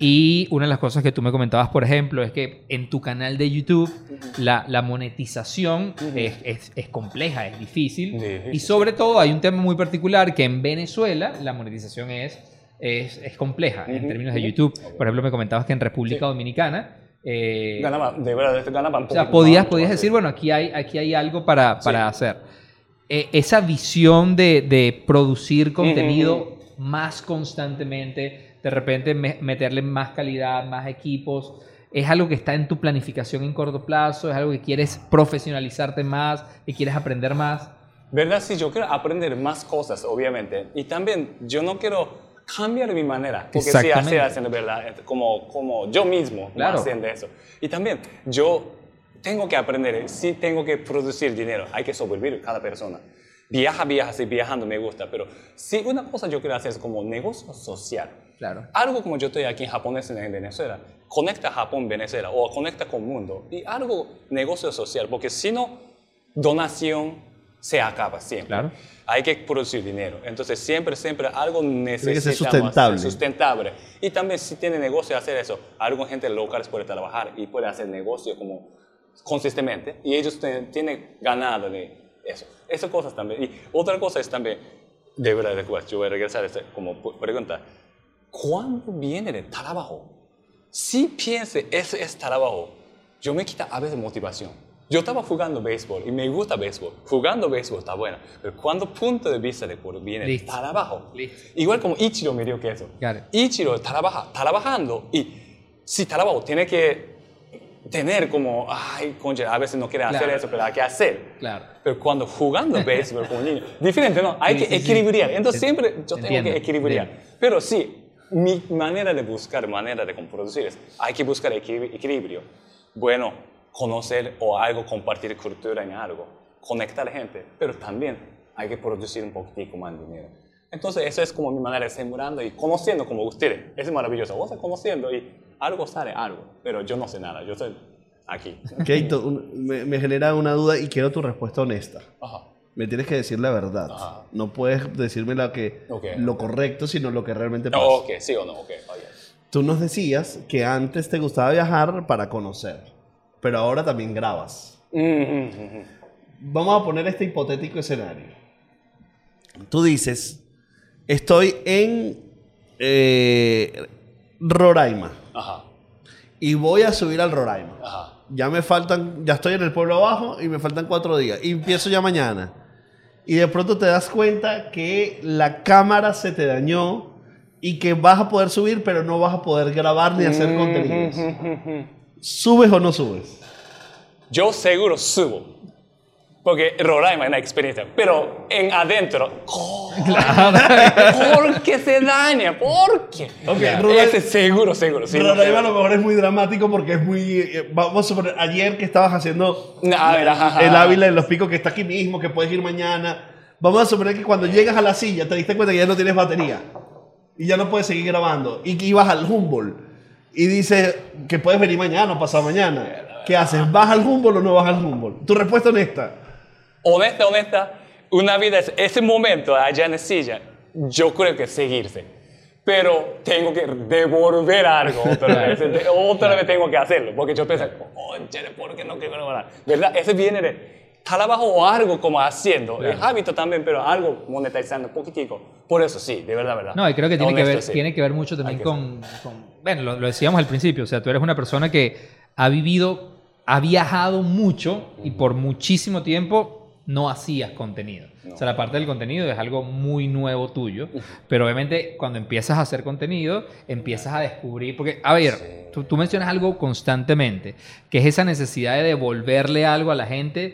Y una de las cosas que tú me comentabas, por ejemplo, es que en tu canal de YouTube la, la monetización es, es, es compleja, es difícil. Difícil. Y sobre todo hay un tema muy particular que en Venezuela la monetización es, es, es compleja en Ujú, términos de ujú. YouTube. Por ejemplo, me comentabas que en República Sí. Dominicana... eh, Ganaba, de verdad, ganaba un o sea, poquito podías, más, podías más, decir, sí. bueno, aquí hay, aquí hay algo para, Sí. para hacer. Eh, esa visión de, de producir contenido ujú. más constantemente, de repente me- meterle más calidad, más equipos, ¿es algo que está en tu planificación en corto plazo? ¿Es algo que quieres profesionalizarte más? ¿Que quieres aprender más? ¿Verdad? Sí, yo quiero aprender más cosas, obviamente. Y también yo no quiero cambiar mi manera. Porque sí, Exactamente. hacer, haciendo, ¿verdad? Como, como yo mismo Claro. haciendo eso. Y también yo tengo que aprender, sí tengo que producir dinero. Hay que sobrevivir cada persona. Viaja, viaja, sí, viajando me gusta. Pero sí, una cosa yo quiero hacer es como negocio social. Claro. Algo como yo estoy aquí en japonés en Venezuela, conecta Japón, Venezuela, o conecta con el mundo. Y algo negocio social, porque si no, donación se acaba siempre. Claro. Hay que producir dinero. Entonces, siempre, siempre algo necesita ser sustentable. más, sustentable. Y también si tiene negocio hacer eso, algo gente local puede trabajar y puede hacer negocio como consistentemente. Y ellos te- tienen ganado de eso. Esas cosas también. Y otra cosa es también, de verdad, después, yo voy a regresar a esta como pu- pregunta. ¿Cuándo viene el trabajo? Si piense, ese es trabajo, yo me quita a veces motivación. Yo estaba jugando béisbol y me gusta béisbol. Jugando béisbol está bueno. Pero cuando punto de vista de por viene el Listo. trabajo. Listo. Igual como Ichiro me dio que eso. Got it. Ichiro trabaja, trabajando y si trabajo tiene que tener como, ay, concha, a veces no quiere hacer Claro. eso, pero hay que hacer. Claro. Pero cuando jugando béisbol como niño, diferente, ¿no? Hay Sí, que sí, sí. equilibrar. Entonces Te- siempre yo tengo entiendo, que equilibrar. entiendo. Pero sí, mi manera de buscar, manera de producir es, hay que buscar equilibrio. equilibrio. Bueno, conocer o algo, compartir cultura en algo, conectar gente, pero también hay que producir un poquitico más de dinero. Entonces, eso es como mi manera de sembrando y conociendo como ustedes. Es maravilloso. Vos estás conociendo y algo sale, algo. Pero yo no sé nada. Yo estoy aquí. Keito, un- me, me genera una duda y quiero tu respuesta honesta. Ajá. Me tienes que decir la verdad. Ajá. No puedes decirme lo, que, Ok. lo correcto, sino lo que realmente pasa. No, ok, sí o no, ok. oye. Tú nos decías que antes te gustaba viajar para conocer, pero ahora también grabas. Mm, mm, mm, mm. Vamos a poner este hipotético escenario. Tú dices, estoy en eh, Roraima Ajá, y voy a subir al Roraima. ajá. Ya me faltan, ya estoy en el pueblo abajo y me faltan cuatro días. Y empiezo ya mañana. y de pronto te das cuenta que la cámara se te dañó y que vas a poder subir, pero no vas a poder grabar ni hacer contenidos. ¿Subes o no subes? Yo seguro subo. Porque Roraima es una experiencia. Pero en adentro, oh, ¿por qué se daña? ¿Por qué? Okay, Roraima, Ese seguro, seguro. Sí, Roraima a lo mejor es muy dramático porque es muy... eh, Vamos a suponer, ayer que estabas haciendo No, a ver, ajá, ajá. el Ávila de los Picos, que está aquí mismo, que puedes ir mañana. Vamos a suponer que cuando llegas a la silla te diste cuenta que ya no tienes batería. Y ya no puedes seguir grabando. Y que ibas al Humboldt. Y dices que puedes venir mañana o pasado mañana. ¿Qué haces? ¿Vas al Humboldt o no vas al Humboldt? Tu respuesta honesta. Honesta, honesta, una vida es ese momento allá en la silla, yo creo que seguirse. Pero tengo que devolver algo otra vez. Otra vez tengo que hacerlo. Porque yo pienso, oh, ¿por qué no quiero grabar? ¿Verdad? Ese viene de trabajo o algo como haciendo. Claro. Es hábito también, pero algo monetizando un poquitico. Por eso sí, de verdad, verdad. No, y creo que tiene, Honesto, que ver, sí. tiene que ver mucho también con, con... Bueno, lo, lo decíamos al principio. O sea, tú eres una persona que ha vivido, ha viajado mucho y por muchísimo tiempo no hacías contenido. No. O sea, la parte del contenido es algo muy nuevo tuyo, pero obviamente cuando empiezas a hacer contenido, empiezas a descubrir, porque, a ver, sí. tú, tú mencionas algo constantemente, que es esa necesidad de devolverle algo a la gente,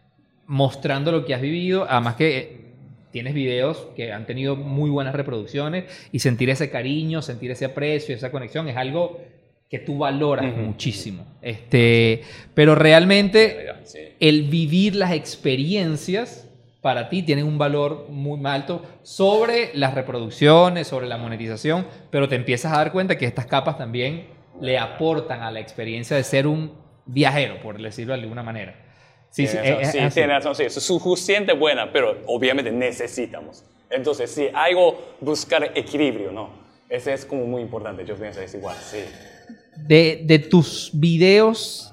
mostrando lo que has vivido, además que tienes videos que han tenido muy buenas reproducciones, y sentir ese cariño, sentir ese aprecio, esa conexión, es algo que tú valoras uh-huh. muchísimo. Este, pero realmente sí. el vivir las experiencias para ti tienen un valor muy alto sobre las reproducciones, sobre la monetización, pero te empiezas a dar cuenta que estas capas también le aportan a la experiencia de ser un viajero, por decirlo de alguna manera. Sí, sí, sí, sí, sí tiene razón, sí, es suficiente buena, pero obviamente necesitamos. Entonces, sí, algo buscar equilibrio, ¿no? Ese es como muy importante, yo pienso es igual, sí. De, de tus videos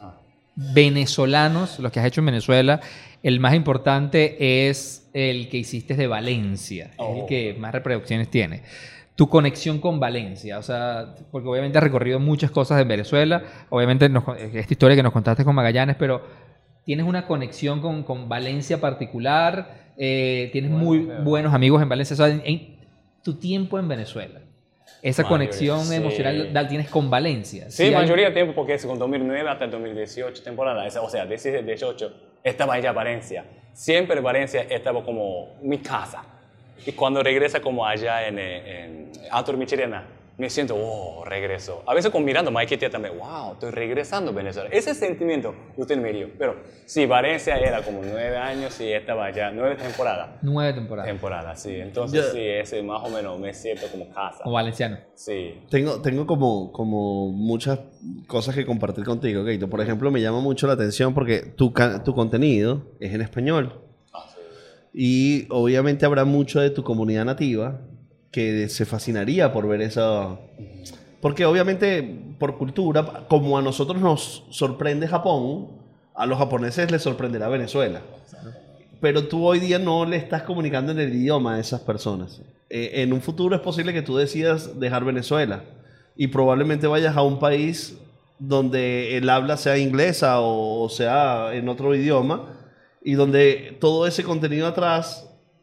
venezolanos, los que has hecho en Venezuela, el más importante es el que hiciste de Valencia, oh. es el que más reproducciones tiene. Tu conexión con Valencia, o sea, porque obviamente has recorrido muchas cosas en Venezuela, obviamente nos, esta historia que nos contaste con Magallanes, pero tienes una conexión con, con Valencia particular, eh, tienes bueno, muy pero... buenos amigos en Valencia, o sea, en, en tu tiempo en Venezuela. Esa mayoría, conexión sí. emocional la tienes con Valencia. Sí, sí mayoría del tiempo, porque es con dos mil nueve hasta el dos mil dieciocho temporada, o sea, desde dieciocho estaba allá Valencia. Siempre Valencia estaba como mi casa. Y cuando regresa como allá en, en Alto Michirena, me siento, oh, regreso. A veces con mirando Maiquetía también, wow, estoy regresando a Venezuela. Ese sentimiento usted me dio. Pero sí, Valencia era como nueve años y estaba allá, nueve temporadas. Nueve temporadas. Temporadas, sí. Entonces Yo, sí, ese más o menos me siento como casa. Como valenciano. Sí. Tengo, tengo como, como muchas cosas que compartir contigo, Keito. Por ejemplo, me llama mucho la atención porque tu, tu contenido es en español. Ah, sí. Y obviamente habrá mucho de tu comunidad nativa que se fascinaría por ver eso. Porque obviamente, por cultura, como a nosotros nos sorprende Japón, a los japoneses les sorprenderá Venezuela. Pero tú hoy día no le estás comunicando en el idioma a esas personas. Eh, en un futuro es posible que tú decidas dejar Venezuela y probablemente vayas a un país donde el habla sea inglesa o sea en otro idioma y donde todo ese contenido atrás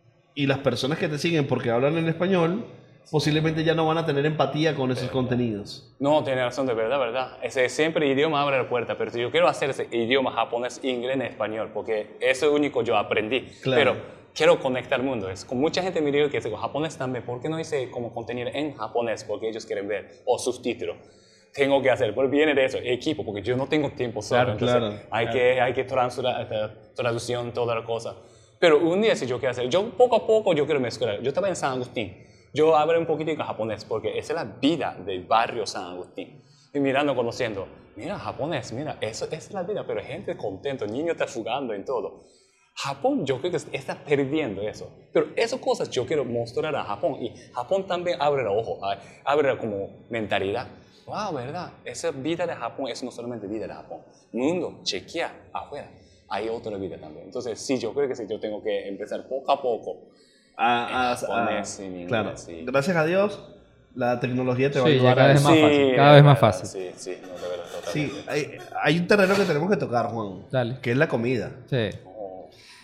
y las personas que te siguen porque hablan en español, posiblemente ya no van a tener empatía con esos contenidos. No, tiene razón, de verdad, verdad. Ese siempre idioma abre la puerta, pero si yo quiero hacer ese idioma japonés, inglés, español, porque eso es lo único yo aprendí. Claro. Pero quiero conectar el mundo. Es, con mucha gente me dice que es japonés también, ¿por qué no hice como contenido en japonés? Porque ellos quieren ver, o subtítulos. Tengo que hacer, pero viene de eso, equipo, porque yo no tengo tiempo solo. Claro, entonces claro. Hay, claro. Que, hay que traducir, traducción, toda la cosa. Pero un día si yo quiero hacer, yo poco a poco yo quiero mezclar. Yo estaba en San Agustín. Yo hablé un poquitico japonés porque esa es la vida del barrio San Agustín. Y mirando, conociendo, mira, japonés, mira, eso, esa es la vida, pero gente contento, niños están jugando en todo. Japón yo creo que está perdiendo eso. Pero esas cosas yo quiero mostrar a Japón. Y Japón también abre los ojos, abre como mentalidad. Wow, ¿verdad? Esa vida de Japón es no solamente vida de Japón. Mundo, chequea afuera. Hay otra vida también. Entonces, sí, yo creo que sí, yo tengo que empezar poco a poco a, a, japonés, a, inglés, claro. Sí. Gracias a Dios, la tecnología te va sí, a ayudar cada a vez eso. más sí, fácil. Cada vez más verdad, fácil. Sí, sí, no, de verdad, sí hay, hay un terreno que tenemos que tocar, Juan, Dale. que es la comida. Sí. Oh.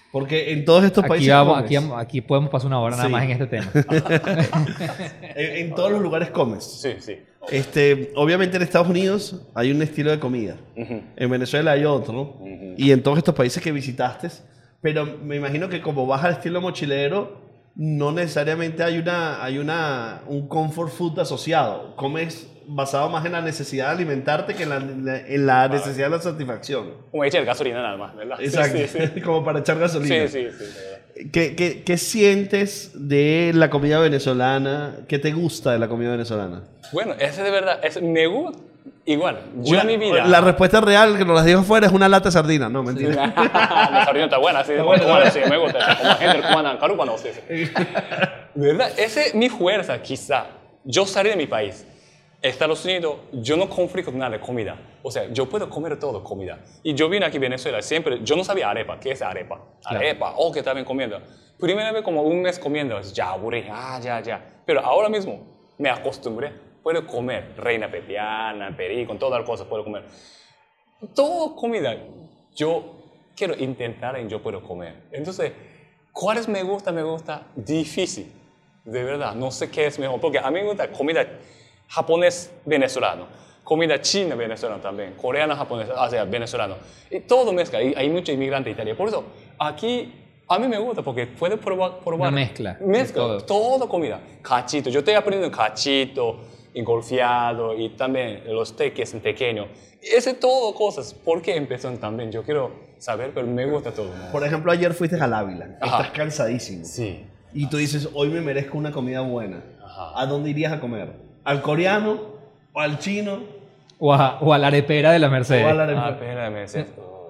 Porque en todos estos Aquí, países vamos, comes. aquí, vamos- aquí podemos pasar una hora nada Sí. más en este tema. En, en todos los lugares comes. Sí, sí. Este, obviamente en Estados Unidos hay un estilo de comida. Ujú. En Venezuela hay otro. Y en todos estos países que visitaste. Pero me imagino que como vas al estilo mochilero, no necesariamente hay, una, hay una, un comfort food asociado. Comes basado más en la necesidad de alimentarte que en la, en la necesidad de la satisfacción. Como echar gasolina nada más, ¿verdad? Exacto. Sí, sí, sí. Como para echar gasolina. Sí, sí, sí, de verdad. ¿Qué, qué, qué sientes de la comida venezolana? ¿Qué te gusta de la comida venezolana? Bueno, ese de verdad, ese me gusta. Igual, yo Una- en mi vida... La respuesta real, que nos las dijo fuera, es una lata de sardina. No, mentira. La sardina está buena, sí, buena, cubana, está sí, me gusta. Como gente cubana, carúpano, sí, sí. De verdad, esa es mi fuerza, quizá. Yo salí de mi país, Estados Unidos, yo no conflicto nada de comida. O sea, yo puedo comer todo comida. Y yo vine aquí a Venezuela, siempre, yo no sabía arepa. ¿Qué es arepa? Claro. Arepa, oh, que estaban comiendo. Primera vez como un mes comiendo, ya aburrí, ah, ya, ya. Pero ahora mismo me acostumbré. Puedo comer reina pepiana, perico, todas las cosas puedo comer. Todo comida, yo quiero intentar y yo puedo comer. Entonces, ¿cuáles me gusta? Me gusta difícil. De verdad, no sé qué es mejor. Porque a mí me gusta comida japonés venezolano, comida china venezolana también, coreana japonesa, o sea, venezolano. Y todo mezcla. Y hay muchos inmigrantes italianos. Por eso, aquí a mí me gusta porque puedes probar. probar Una mezcla de Mezcla, todo. todo comida. Cachito. Yo estoy aprendiendo cachito, engolfado y también los teques en pequeño. Ese todo cosas. ¿Por qué empezaron también? Yo quiero saber, pero me gusta todo, ¿no? Por ejemplo, ayer fuiste al Ávila. Ajá. Estás cansadísimo. Sí. Y tú dices, hoy me merezco una comida buena. Ajá. ¿A dónde irías a comer? ¿Al coreano? ¿O al chino? O a, o a la arepera de la Mercedes. ¿O a la Ah, arepa- espérame. sí.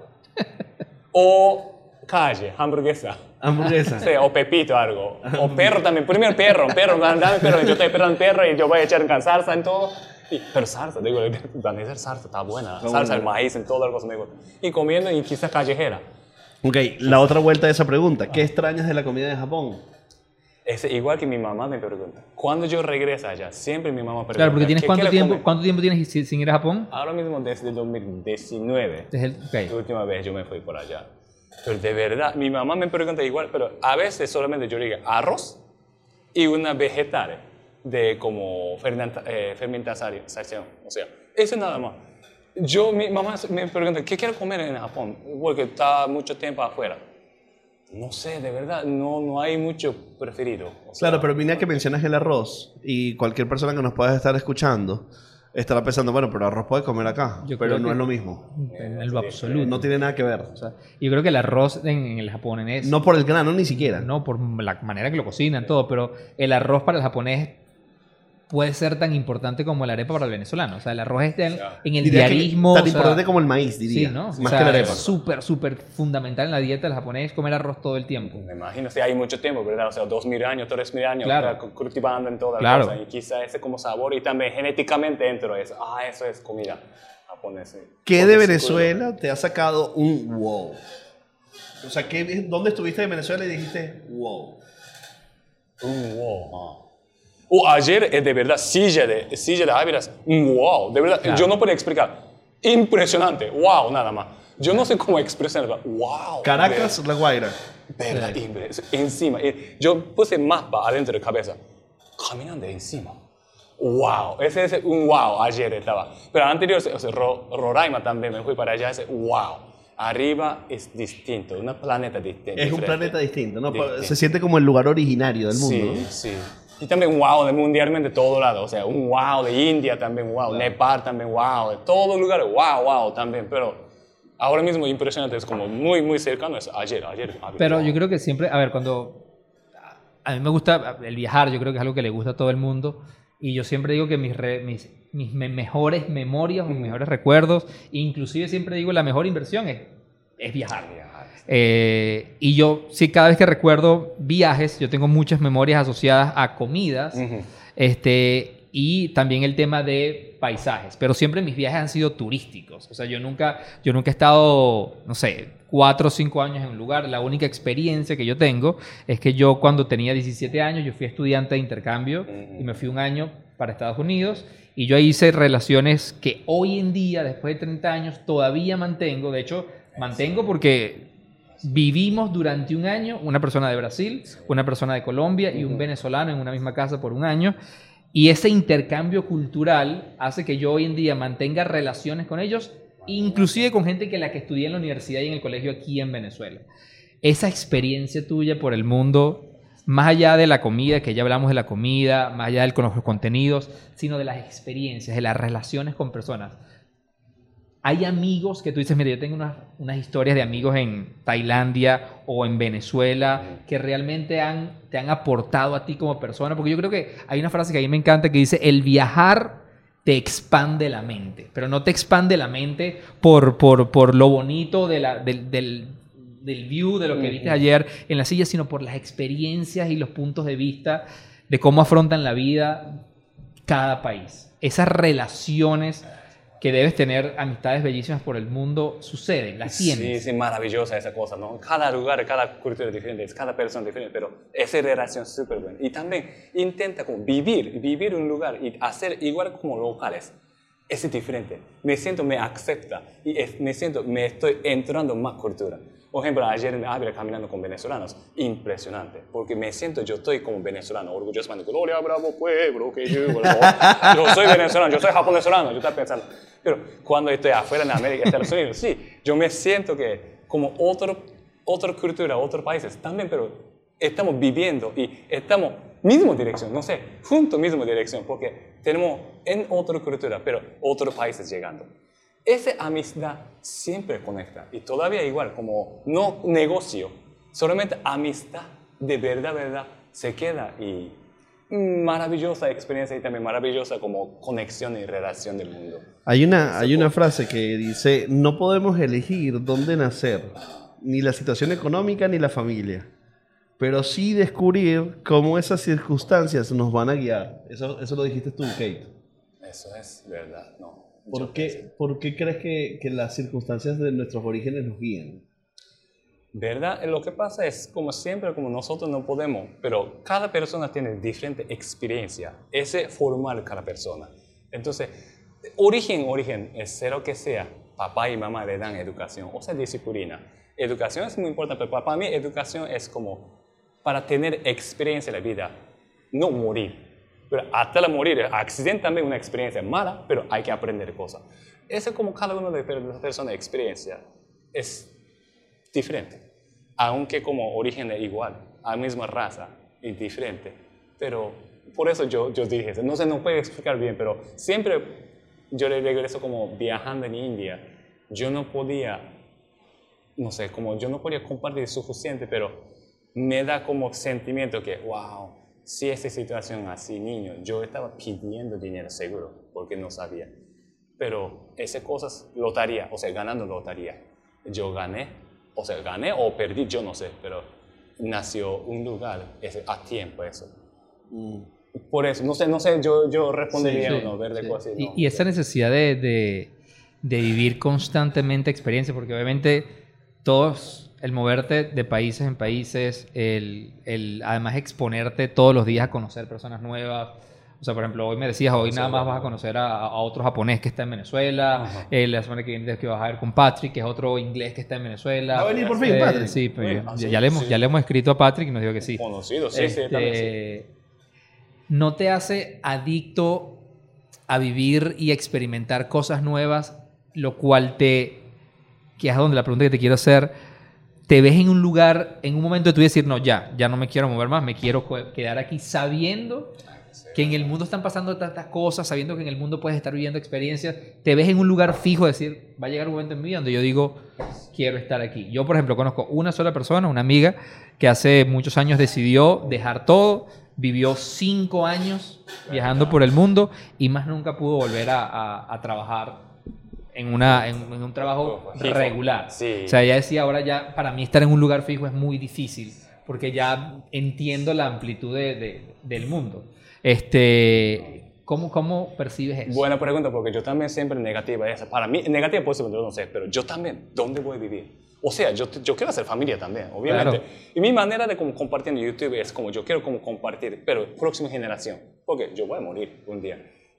O calle, hamburguesa. hamburguesa? Sí, o Pepito algo. O perro también. Primero perro, perro, dame dame perro. Yo estoy esperando perro y yo voy a echar en salsa en todo. Y, pero salsa, digo, Vanessa, salsa está buena. Está Salsa, el buena. maíz, en todas las cosas me gusta. Y comiendo y quizás callejera. Ok, la otra vuelta de esa pregunta. ¿Qué extrañas de la comida de Japón? Es igual que mi mamá me pregunta. Cuando yo regreso allá, siempre mi mamá pregunta. Claro, porque tienes ¿qué cuánto quieres tiempo, comer? ¿cuánto tiempo tienes sin sin ir a Japón? Ahora mismo desde dos mil diecinueve. Desde el- ok. La última vez yo me fui por allá. Pero de verdad, mi mamá me pregunta igual, pero a veces solamente yo digo arroz y una vegetal de como fermenta, eh, fermentación. O sea, eso nada más. Yo, mi mamá me pregunta, ¿qué quiero comer en Japón? Porque está mucho tiempo afuera. No sé, de verdad, no, no hay mucho preferido. O sea, Claro, pero mira que mencionas el arroz y cualquier persona que nos pueda estar escuchando estará pensando, bueno, pero arroz puede comer acá, Yo pero creo no que- es lo mismo. En lo absoluto. No tiene nada que ver. O sea, yo creo que el arroz en, en el japonés, No por el grano, ni siquiera. no por la manera que lo cocinan, todo, pero el arroz para el japonés puede ser tan importante como la arepa para el venezolano. O sea, el arroz está en, en el Diría que diarismo. tan o sea, importante como el maíz, diría. Sí, ¿no? Más O sea, que la arepa. es súper, súper fundamental en la dieta del japonés comer arroz todo el tiempo. Me imagino, sí, hay mucho tiempo, ¿verdad? O sea, dos mil años, tres mil años, Claro. ¿verdad? Cultivando en todas Claro. las cosas. Y quizá ese como sabor y también genéticamente dentro de eso. Ah, eso es comida japonesa. ¿Qué Porque de sí, Venezuela te ha sacado un wow? O sea, ¿qué, ¿dónde estuviste de Venezuela y dijiste wow? Un wow. ah. O ayer, eh, de verdad, silla de, silla de Ávila, un wow. De verdad, Claro. yo no puedo explicar. Impresionante. Wow, nada más. Yo no sé cómo expresarlo. Wow. Caracas, La Guaira. De verdad, impre- encima. Eh, Yo puse mapa adentro de cabeza. Caminando encima. Wow. Ese es un wow. Ayer estaba. Pero anterior, o sea, Ro- Roraima también me fui para allá. Ese wow. Arriba es distinto. Un planeta distinto. Es un diferente. planeta distinto, ¿no? Distinto. Se siente como el lugar originario del mundo, Sí, ¿no? sí. Y también un wow de mundialmente de todo lado. O sea, un wow de India también, wow. Nepal también, wow. De todos lugares, wow, wow también. Pero ahora mismo impresionante. Es como muy, muy cercano. Es ayer, ayer. ayer Pero wow. yo creo que siempre, a ver, cuando a mí me gusta el viajar, yo creo que es algo que le gusta a todo el mundo. Y yo siempre digo que mis, re- mis, mis me- mejores memorias, mis mejores recuerdos, inclusive siempre digo la mejor inversión es, es viajar. Eh, y yo, sí, cada vez que recuerdo viajes, yo tengo muchas memorias asociadas a comidas, Ujú. este, y también el tema de paisajes. Pero siempre mis viajes han sido turísticos. O sea, yo nunca, yo nunca he estado, no sé, cuatro o cinco años en un lugar. La única experiencia que yo tengo es que yo cuando tenía diecisiete años, yo fui estudiante de intercambio y me fui un año para Estados Unidos. Y yo hice relaciones que hoy en día, después de treinta años, todavía mantengo. De hecho, mantengo porque Vivimos durante un año, una persona de Brasil, una persona de Colombia y un venezolano en una misma casa por un año. Y ese intercambio cultural hace que yo hoy en día mantenga relaciones con ellos, inclusive con gente que la que estudié en la universidad y en el colegio aquí en Venezuela. Esa experiencia tuya por el mundo, más allá de la comida, que ya hablamos de la comida, más allá de los contenidos, sino de las experiencias, de las relaciones con personas. Hay amigos que tú dices, mira, yo tengo unas, unas historias de amigos en Tailandia o en Venezuela que realmente han, te han aportado a ti como persona, porque yo creo que hay una frase que a mí me encanta que dice, el viajar te expande la mente, pero no te expande la mente por, por, por lo bonito de la, del, del, del view, de lo que viste ayer en la silla, sino por las experiencias y los puntos de vista de cómo afrontan la vida cada país. Esas relaciones que debes tener, amistades bellísimas por el mundo, suceden, las tienes. Sí, sí, maravillosa esa cosa, ¿no? Cada lugar, cada cultura es diferente, cada persona es diferente, pero esa relación es súper buena. Y también intenta como vivir, vivir un lugar y hacer igual como locales. Es diferente. Me siento, me acepta y es, me siento, me estoy entrando en más cultura. Por ejemplo, ayer en Ávila caminando con venezolanos, impresionante, porque me siento, yo estoy como venezolano, orgullosamente, gloria, bravo pueblo, que yo, yo soy venezolano, yo soy japonés-venezolano, yo estaba pensando, pero cuando estoy afuera en América, Estados Unidos, sí, yo me siento que como otro, otra cultura, otros países también, pero estamos viviendo y estamos misma dirección, no sé, juntos misma dirección, porque tenemos en otra cultura, pero otros países llegando. Esa amistad siempre conecta y todavía igual, como no negocio, solamente amistad de verdad, verdad, se queda y maravillosa experiencia y también maravillosa como conexión y relación del mundo. Hay una, hay una frase que dice, no podemos elegir dónde nacer, ni la situación económica ni la familia, pero sí descubrir cómo esas circunstancias nos van a guiar. Eso, eso lo dijiste tú, Kate. Eso es verdad, no. ¿Por qué, ¿Por qué crees que, que las circunstancias de nuestros orígenes nos guían? ¿Verdad? Lo que pasa es, como siempre, como nosotros no podemos, pero cada persona tiene diferente experiencia. Ese formar cada persona. Entonces, origen, origen, es sea lo que sea, papá y mamá le dan educación, o sea, disciplina. Educación es muy importante, pero para mí educación es como para tener experiencia en la vida, no morir. Pero hasta la morir, accidente también es una experiencia mala, pero hay que aprender cosas. Eso es como cada uno de las personas experiencia es diferente. Aunque como origen es igual, a la misma raza, es diferente. Pero por eso yo, yo dije eso. No sé, no puedo explicar bien, pero siempre yo le regreso como viajando en India. Yo no podía, no sé, como yo no podía compartir suficiente, pero me da como sentimiento que, wow, si esa situación así, niño, yo estaba pidiendo dinero seguro, porque no sabía. Pero esas cosas, lotería, o sea, ganando lotería. Yo gané, o sea, gané o perdí, yo no sé, pero nació un lugar ese, a tiempo eso. Mm. Por eso, no sé, no sé, yo, yo respondería sí, sí, o no, ver de sí. cosas. Y, no. y esa necesidad de, de, de vivir constantemente experiencias, porque obviamente todos... El moverte de países en países, el, el además exponerte todos los días a conocer personas nuevas. O sea, por ejemplo, hoy me decías, hoy nada más vas a conocer a, a otro japonés que está en Venezuela. Eh, la semana que viene que vas a ver con Patrick, que es otro inglés que está en Venezuela. ¿Va a venir por fin, eh, Patrick? Sí, pues, sí, ya, ya, le hemos, sí. ya le hemos escrito a Patrick y nos dijo que sí. Conocido, sí, este, sí, también sí. ¿No te hace adicto a vivir y experimentar cosas nuevas, lo cual te... que es donde la pregunta que te quiero hacer... te ves en un lugar, en un momento de tu vida decir, no, ya, ya no me quiero mover más, me quiero quedar aquí sabiendo que en el mundo están pasando tantas cosas, sabiendo que en el mundo puedes estar viviendo experiencias, te ves en un lugar fijo, decir, va a llegar un momento en mi vida donde yo digo, quiero estar aquí. Yo, por ejemplo, conozco una sola persona, una amiga, que hace muchos años decidió dejar todo, vivió cinco años viajando por el mundo y más nunca pudo volver a, a, a trabajar en, una, en, en un trabajo fijo. regular. Sí. O sea, ella decía, ahora ya para mí estar en un lugar fijo es muy difícil, porque ya entiendo la amplitud de, de, del mundo. Este, ¿cómo, ¿Cómo percibes eso? Buena pregunta, porque yo también siempre negativa esa. Para mí, negativa posible, yo no sé, pero yo también, ¿dónde voy a vivir? O sea, yo, yo quiero hacer familia también, obviamente. Claro. Y mi manera de como compartir en YouTube es como yo quiero como compartir, pero próxima generación, porque yo voy a morir un día.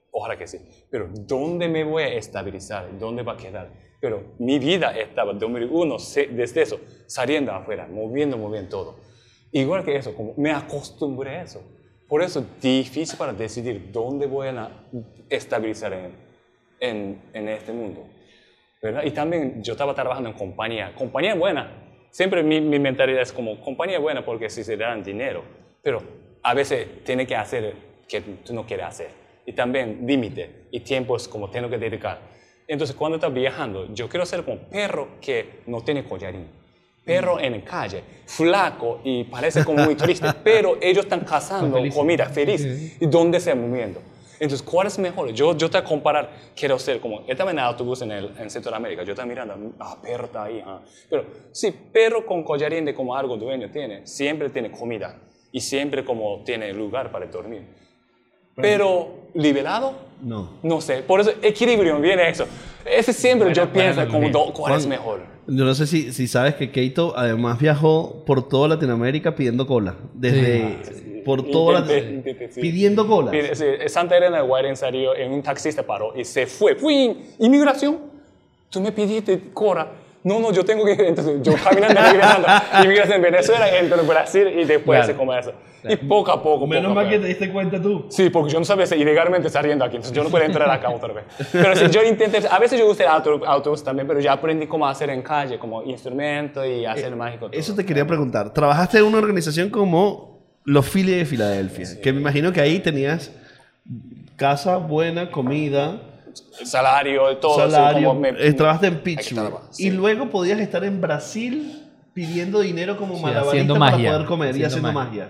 ojalá que sí. Pero ¿dónde me voy a estabilizar? ¿Dónde va a quedar? Pero mi vida estaba, dos mil uno, desde eso, saliendo afuera, moviendo, moviendo todo. Igual que eso, como me acostumbré a eso. Por eso es difícil para decidir dónde voy a estabilizar en, en, en este mundo. ¿Verdad? Y también yo estaba trabajando en compañía. Compañía buena. Siempre mi, mi mentalidad es como, compañía buena porque si se dan dinero. Pero a veces tiene que hacer que tú no quieres hacer. Y también límite. Y tiempo es como tengo que dedicar. Entonces cuando estás viajando, yo quiero ser como perro que no tiene collarín. Perro en la calle, flaco y parece como muy triste. Pero ellos están cazando Feliz. comida, feliz. ¿Y dónde se están moviendo? Entonces, ¿cuál es mejor? Yo, yo te voy a comparar, quiero ser como, estaba en el autobús en, el, en Centroamérica, yo estaba mirando, ah, perro está ahí, ah. Pero sí, perro con collarín de como algo dueño tiene, siempre tiene comida y siempre como tiene lugar para dormir. Pero, ¿liberado? No. No sé, por eso equilibrio, viene eso. Ese siempre Bueno, yo pienso bueno, como, bien. do, ¿cuál es Juan, mejor? Yo no sé si, si sabes que Keito además viajó por toda Latinoamérica pidiendo cola. Desde Sí. por toda Intenté, la, intenté, sí. pidiendo cola. Mire, sí, Santa Elena de Guairén salió en un taxista paró y se fue. Fui, inmigración. Tú me pidiste cola. No, no, yo tengo que ir. Entonces, yo caminando, regresando. Inmigración en Venezuela, entro en Brasil y después Claro. se come eso. Y poco a poco. Menos poco a mal poco. que te diste cuenta tú. Sí, porque yo no sabía si ilegalmente saliendo aquí, entonces yo no puedo entrar acá otra vez. Pero sí, yo intenté, a veces yo usé auto, autobús también, pero ya aprendí cómo hacer en calle, como instrumento y hacer mágico. Todo. Eso te quería preguntar. Trabajaste en una organización como los Phillies de Filadelfia, Sí. que me imagino que ahí tenías casa, buena, comida, Salario, todo. salario. así como me- eh, trabajaste en Hay que Pittsburgh. trabajar, sí. Y luego podías estar en Brasil pidiendo dinero como Sí, malabarista haciendo para magia. poder comer y Haciendo haciendo magia.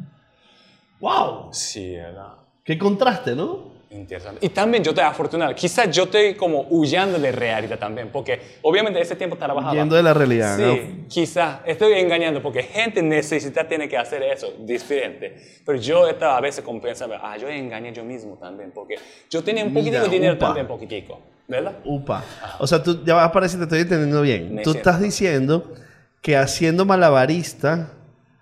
¡Wow! Sí, ¿verdad? ¡Qué contraste!, ¿no? Interesante. Y también yo estoy afortunado. Quizás yo estoy como huyendo de realidad también, porque obviamente ese tiempo trabajaba. Yendo de la realidad. Sí, ¿no? quizás estoy engañando porque gente necesita, tiene que hacer eso diferente. Pero yo estaba a veces como pensando, ah, yo engañé yo mismo también, porque yo tenía un poquitico Mira, de dinero upa. también, poquitico, ¿verdad? Upa. O sea, tú ya vas a parecer, te estoy entendiendo bien. Me Tú siento. estás diciendo que haciendo malabarista,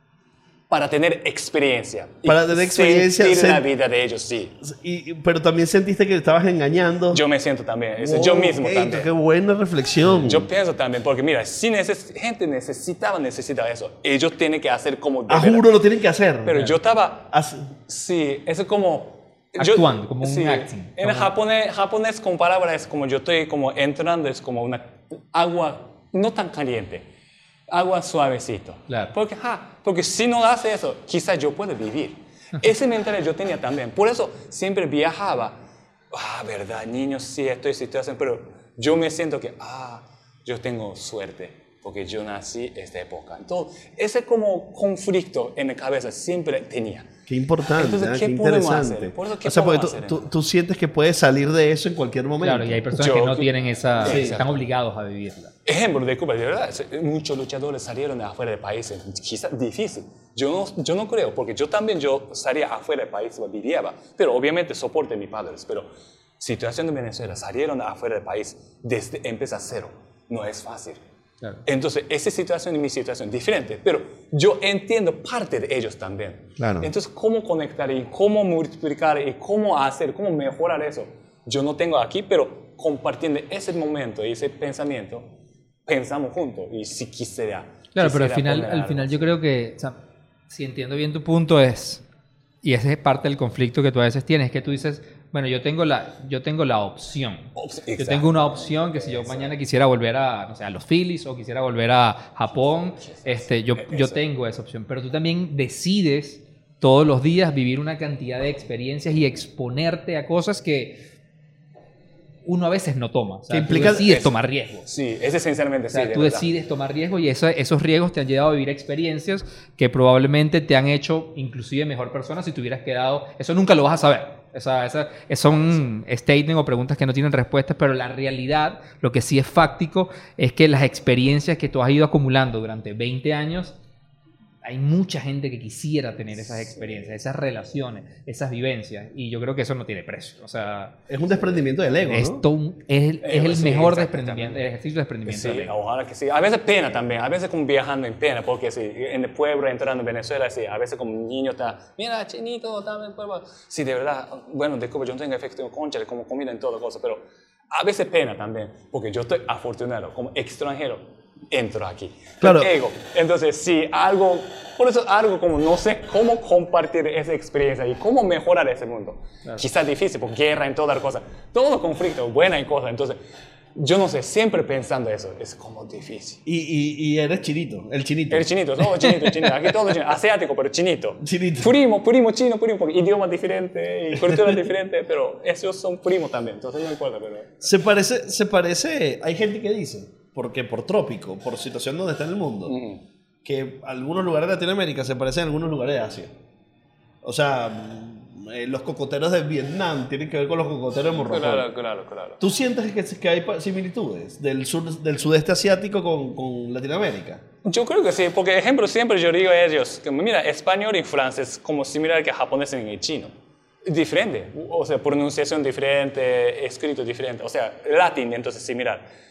Para tener experiencia. y Para tener experiencia, sentir sen- la vida de ellos, sí. y, pero también sentiste que estabas engañando. Yo me siento también, eso, Wow, yo mismo Keito, también. Qué buena reflexión. Yo pienso también, porque mira, si neces gente necesitaba, necesita eso. Ellos tienen que hacer como de A verdad. juro lo tienen que hacer. Pero yo estaba, Haz- sí, eso es como... Actuando, como un acting. En Como- japonés, japonés con palabras es como yo estoy como entrando, es como una agua no tan caliente, agua suavecito. Claro. Porque, ja, porque si no hace eso, quizás yo pueda vivir. Ese mentalidad yo tenía también. Por eso siempre viajaba. Ah, verdad, niños, sí, estoy en situación, pero yo me siento que, ah, yo tengo suerte, porque yo nací en esta época. Entonces, ese como conflicto en la cabeza siempre tenía. Qué importante, Entonces, ¿eh? ¿qué Qué podemos interesante. hacer? Por eso, ¿qué o sea, porque tú, podemos hacer, tú, entonces? tú sientes que puedes salir de eso en cualquier momento. Claro, y hay personas Yo- que no tienen esa... Sí. están obligados a vivirla. Ejemplo de Cuba, de verdad, muchos luchadores salieron de afuera del país, quizás difícil. Yo no, yo no creo, porque yo también yo salía afuera del país, vivía, pero obviamente soporte a mis padres, pero situación de Venezuela, salieron de afuera del país, desde empezar cero, no es fácil. Claro. Entonces, esa situación y mi situación diferente, pero yo entiendo parte de ellos también. Claro. Entonces, ¿cómo conectar y cómo multiplicar y cómo hacer, cómo mejorar eso? Yo no tengo aquí, pero compartiendo ese momento y ese pensamiento, pensamos juntos y si quisiera. Claro, pero al quisiera final, poner al algo final así. yo creo que, o sea, si entiendo bien tu punto es, y ese es parte del conflicto que tú a veces tienes, es que tú dices, bueno, yo tengo la, yo tengo la opción. Ops, Yo exacto. tengo una opción que si yo mañana quisiera volver a, no sé, a los Phillies o quisiera volver a Japón, este, yo, yo Eso. tengo esa opción. Pero tú también decides todos los días vivir una cantidad de experiencias y exponerte a cosas que uno a veces no toma. O sea, Que tú implica- decides eso. tomar riesgos. Sí, es esencialmente O sea, sí. de tú verdad. decides tomar riesgos y eso- esos riesgos te han llevado a vivir experiencias que probablemente te han hecho inclusive mejor persona si te hubieras quedado... Eso nunca lo vas a saber. Esa, esa, son statements o preguntas que no tienen respuestas, pero la realidad, lo que sí es fáctico, es que las experiencias que tú has ido acumulando durante veinte años hay mucha gente que quisiera tener esas experiencias, esas relaciones, esas vivencias, y yo creo que eso no tiene precio. O sea, es un desprendimiento del ego, ¿no? Esto es el, es el Sí, mejor exacto, desprendimiento, el ejercicio de desprendimiento Sí, del ego. ojalá que sí. A veces pena también, a veces como viajando en pena, porque sí, en el pueblo, entrando en Venezuela, sí, a veces como un niño está, mira, chinito, está en el pueblo. Sí, de verdad, bueno, disculpa, yo no tengo efecto de concha, como comida en toda cosa, pero a veces pena también, porque yo estoy afortunado, como extranjero, entro aquí. Claro. El ego. Entonces, sí, algo, por eso algo como no sé cómo compartir esa experiencia y cómo mejorar ese mundo. Claro. Quizás difícil, por guerra en todas las cosas, todo conflicto, buena y cosas. Entonces, yo no sé, siempre pensando eso, es como difícil. Y, y, y eres chinito, el chinito. El chinito, todo chinito, chinito. Aquí todo chinito, asiático, pero chinito. Chinito. Primo, primo chino, primo, porque idiomas diferentes y culturas diferentes, pero esos son primos también, entonces no importa. Pero... Se parece, se parece, hay gente que dice, porque por trópico, por situación donde está en el mundo, uh-huh. que algunos lugares de Latinoamérica se parecen a algunos lugares de Asia. O sea, eh, los cocoteros de Vietnam tienen que ver con los cocoteros de Morrocoy. Claro, claro, claro. ¿Tú sientes que, que hay similitudes del, sur, del sudeste asiático con, con Latinoamérica? Yo creo que sí, porque, ejemplo, siempre yo digo a ellos, que mira, español y francés es como similar que japonés y chino. Diferente, o sea, pronunciación diferente, escrito diferente, o sea, latín entonces similar.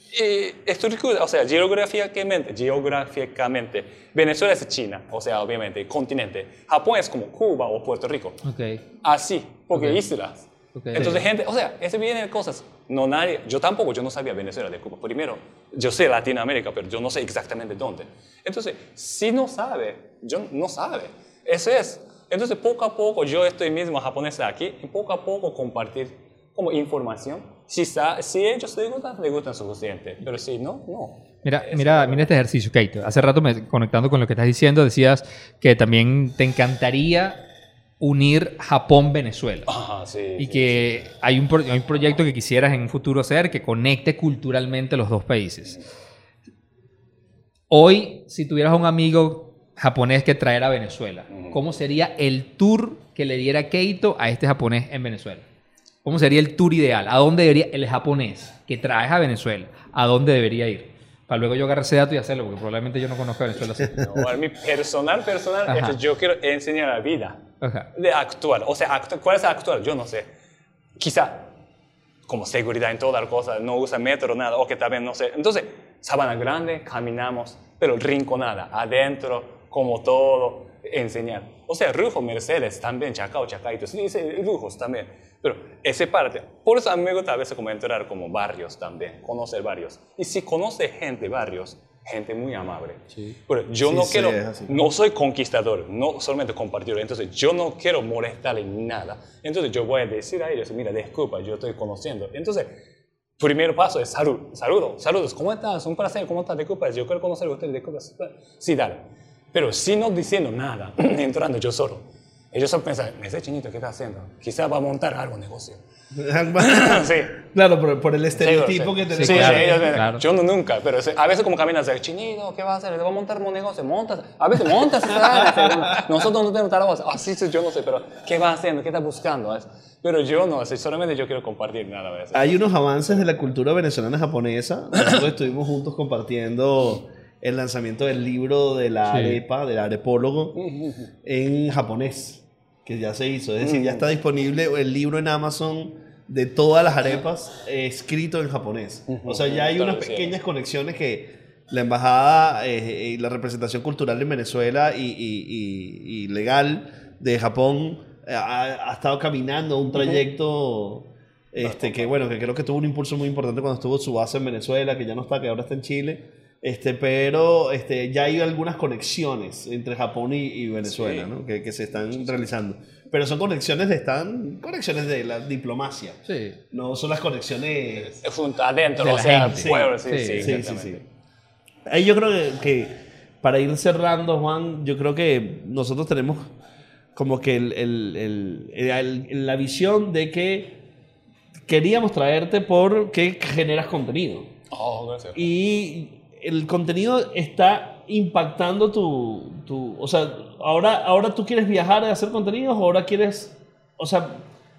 Y esto, o sea, geográficamente, geográficamente, Venezuela es China, o sea, obviamente, continente. Japón es como Cuba o Puerto Rico. Okay. Así, porque okay. islas. Okay. Entonces, gente, o sea, ese viene de cosas. No nadie, yo tampoco, yo no sabía Venezuela de Cuba. Primero, yo sé Latinoamérica, pero yo no sé exactamente dónde. Entonces, si no sabe, yo no sabe. Eso es. Entonces, poco a poco, yo estoy mismo japonés aquí, y poco a poco compartir como información. Si, si ellos les gustan, les gustan suficiente. Pero si no, no. Mira, mira, mira este ejercicio, Keito. Hace rato, me, conectando con lo que estás diciendo, decías que también te encantaría unir Japón-Venezuela. Ajá, sí. Y sí, que sí. Hay, un, hay un proyecto que quisieras en un futuro hacer que conecte culturalmente los dos países. Hoy, si tuvieras un amigo japonés que traer a Venezuela, uh-huh. ¿cómo sería el tour que le diera Keito a este japonés en Venezuela? ¿Cómo sería el tour ideal? ¿A dónde debería el japonés que traes a Venezuela? ¿A dónde debería ir? Para luego yo agarrar ese dato y hacerlo, porque probablemente yo no conozco a Venezuela así. No, mi personal, personal, es que yo quiero enseñar la vida Ajá. de actual. O sea, actu ¿cuál es actual? Yo no sé. Quizá, como seguridad en todas las cosas, no usa metro, nada, o que también no sé. Entonces, Sabana Grande, caminamos, pero rinconada, adentro, como todo, enseñar. O sea, Rujo, Mercedes, también, Chacao, Chacaito, sí, dice Rujos también. Pero esa parte, por eso a mí me gusta a veces como entrar como barrios también, conocer barrios. Y si conoce gente, barrios, gente muy amable. Sí. Pero yo sí, no sí, quiero, es no soy conquistador, no solamente compartidor. Entonces yo no quiero molestarle nada. Entonces yo voy a decir a ellos, mira, disculpa, yo estoy conociendo. Entonces, primer paso es salud, saludo, saludos, ¿cómo estás? Un placer, ¿cómo estás? Disculpa, yo quiero conocer a ustedes, disculpa. Sí, dale. Pero si no diciendo nada, entrando yo solo. Ellos son pensar, ese chinito, ¿qué está haciendo? Quizás va a montar algo negocio. Sí. Claro, por, por el estereotipo sí, que sí, tenemos. sí, claro, sí, ellos, claro. Yo no, nunca, pero a veces como caminas, chinito, ¿qué va a hacer? ¿Le va a montar un negocio? Montas. A veces montas. Nosotros no tenemos tal cosa. Así sí, yo no sé, pero ¿qué va haciendo? ¿Qué está buscando? Pero yo no, solamente yo quiero compartir nada a veces. Hay unos avances de la cultura venezolana japonesa. Nosotros estuvimos juntos compartiendo el lanzamiento del libro de la sí. arepa, del arepólogo, en japonés, que ya se hizo. Es decir, ya está disponible el libro en Amazon de todas las arepas eh, escrito en japonés. O sea, ya hay unas pequeñas conexiones que la embajada eh, y la representación cultural en Venezuela y, y, y, y legal de Japón eh, ha, ha estado caminando un trayecto este, que, bueno, que creo que tuvo un impulso muy importante cuando estuvo su base en Venezuela, que ya no está, que ahora está en Chile. Este, pero este, ya hay algunas conexiones entre Japón y, y Venezuela, sí. ¿no? que, que se están sí, sí. realizando. Pero son conexiones de, están, conexiones de la diplomacia. Sí. No son las conexiones... Adentro, de o la sea, gente. fuera, sí, Sí, sí, sí, sí, sí. Ahí yo creo que, que para ir cerrando, Juan, yo creo que nosotros tenemos como que el, el, el, el, el, la visión de que queríamos traerte porque generas contenido. Oh, gracias. Y el contenido está impactando tu, tu... O sea, ahora, ahora tú quieres viajar a hacer contenidos o ahora quieres... O sea,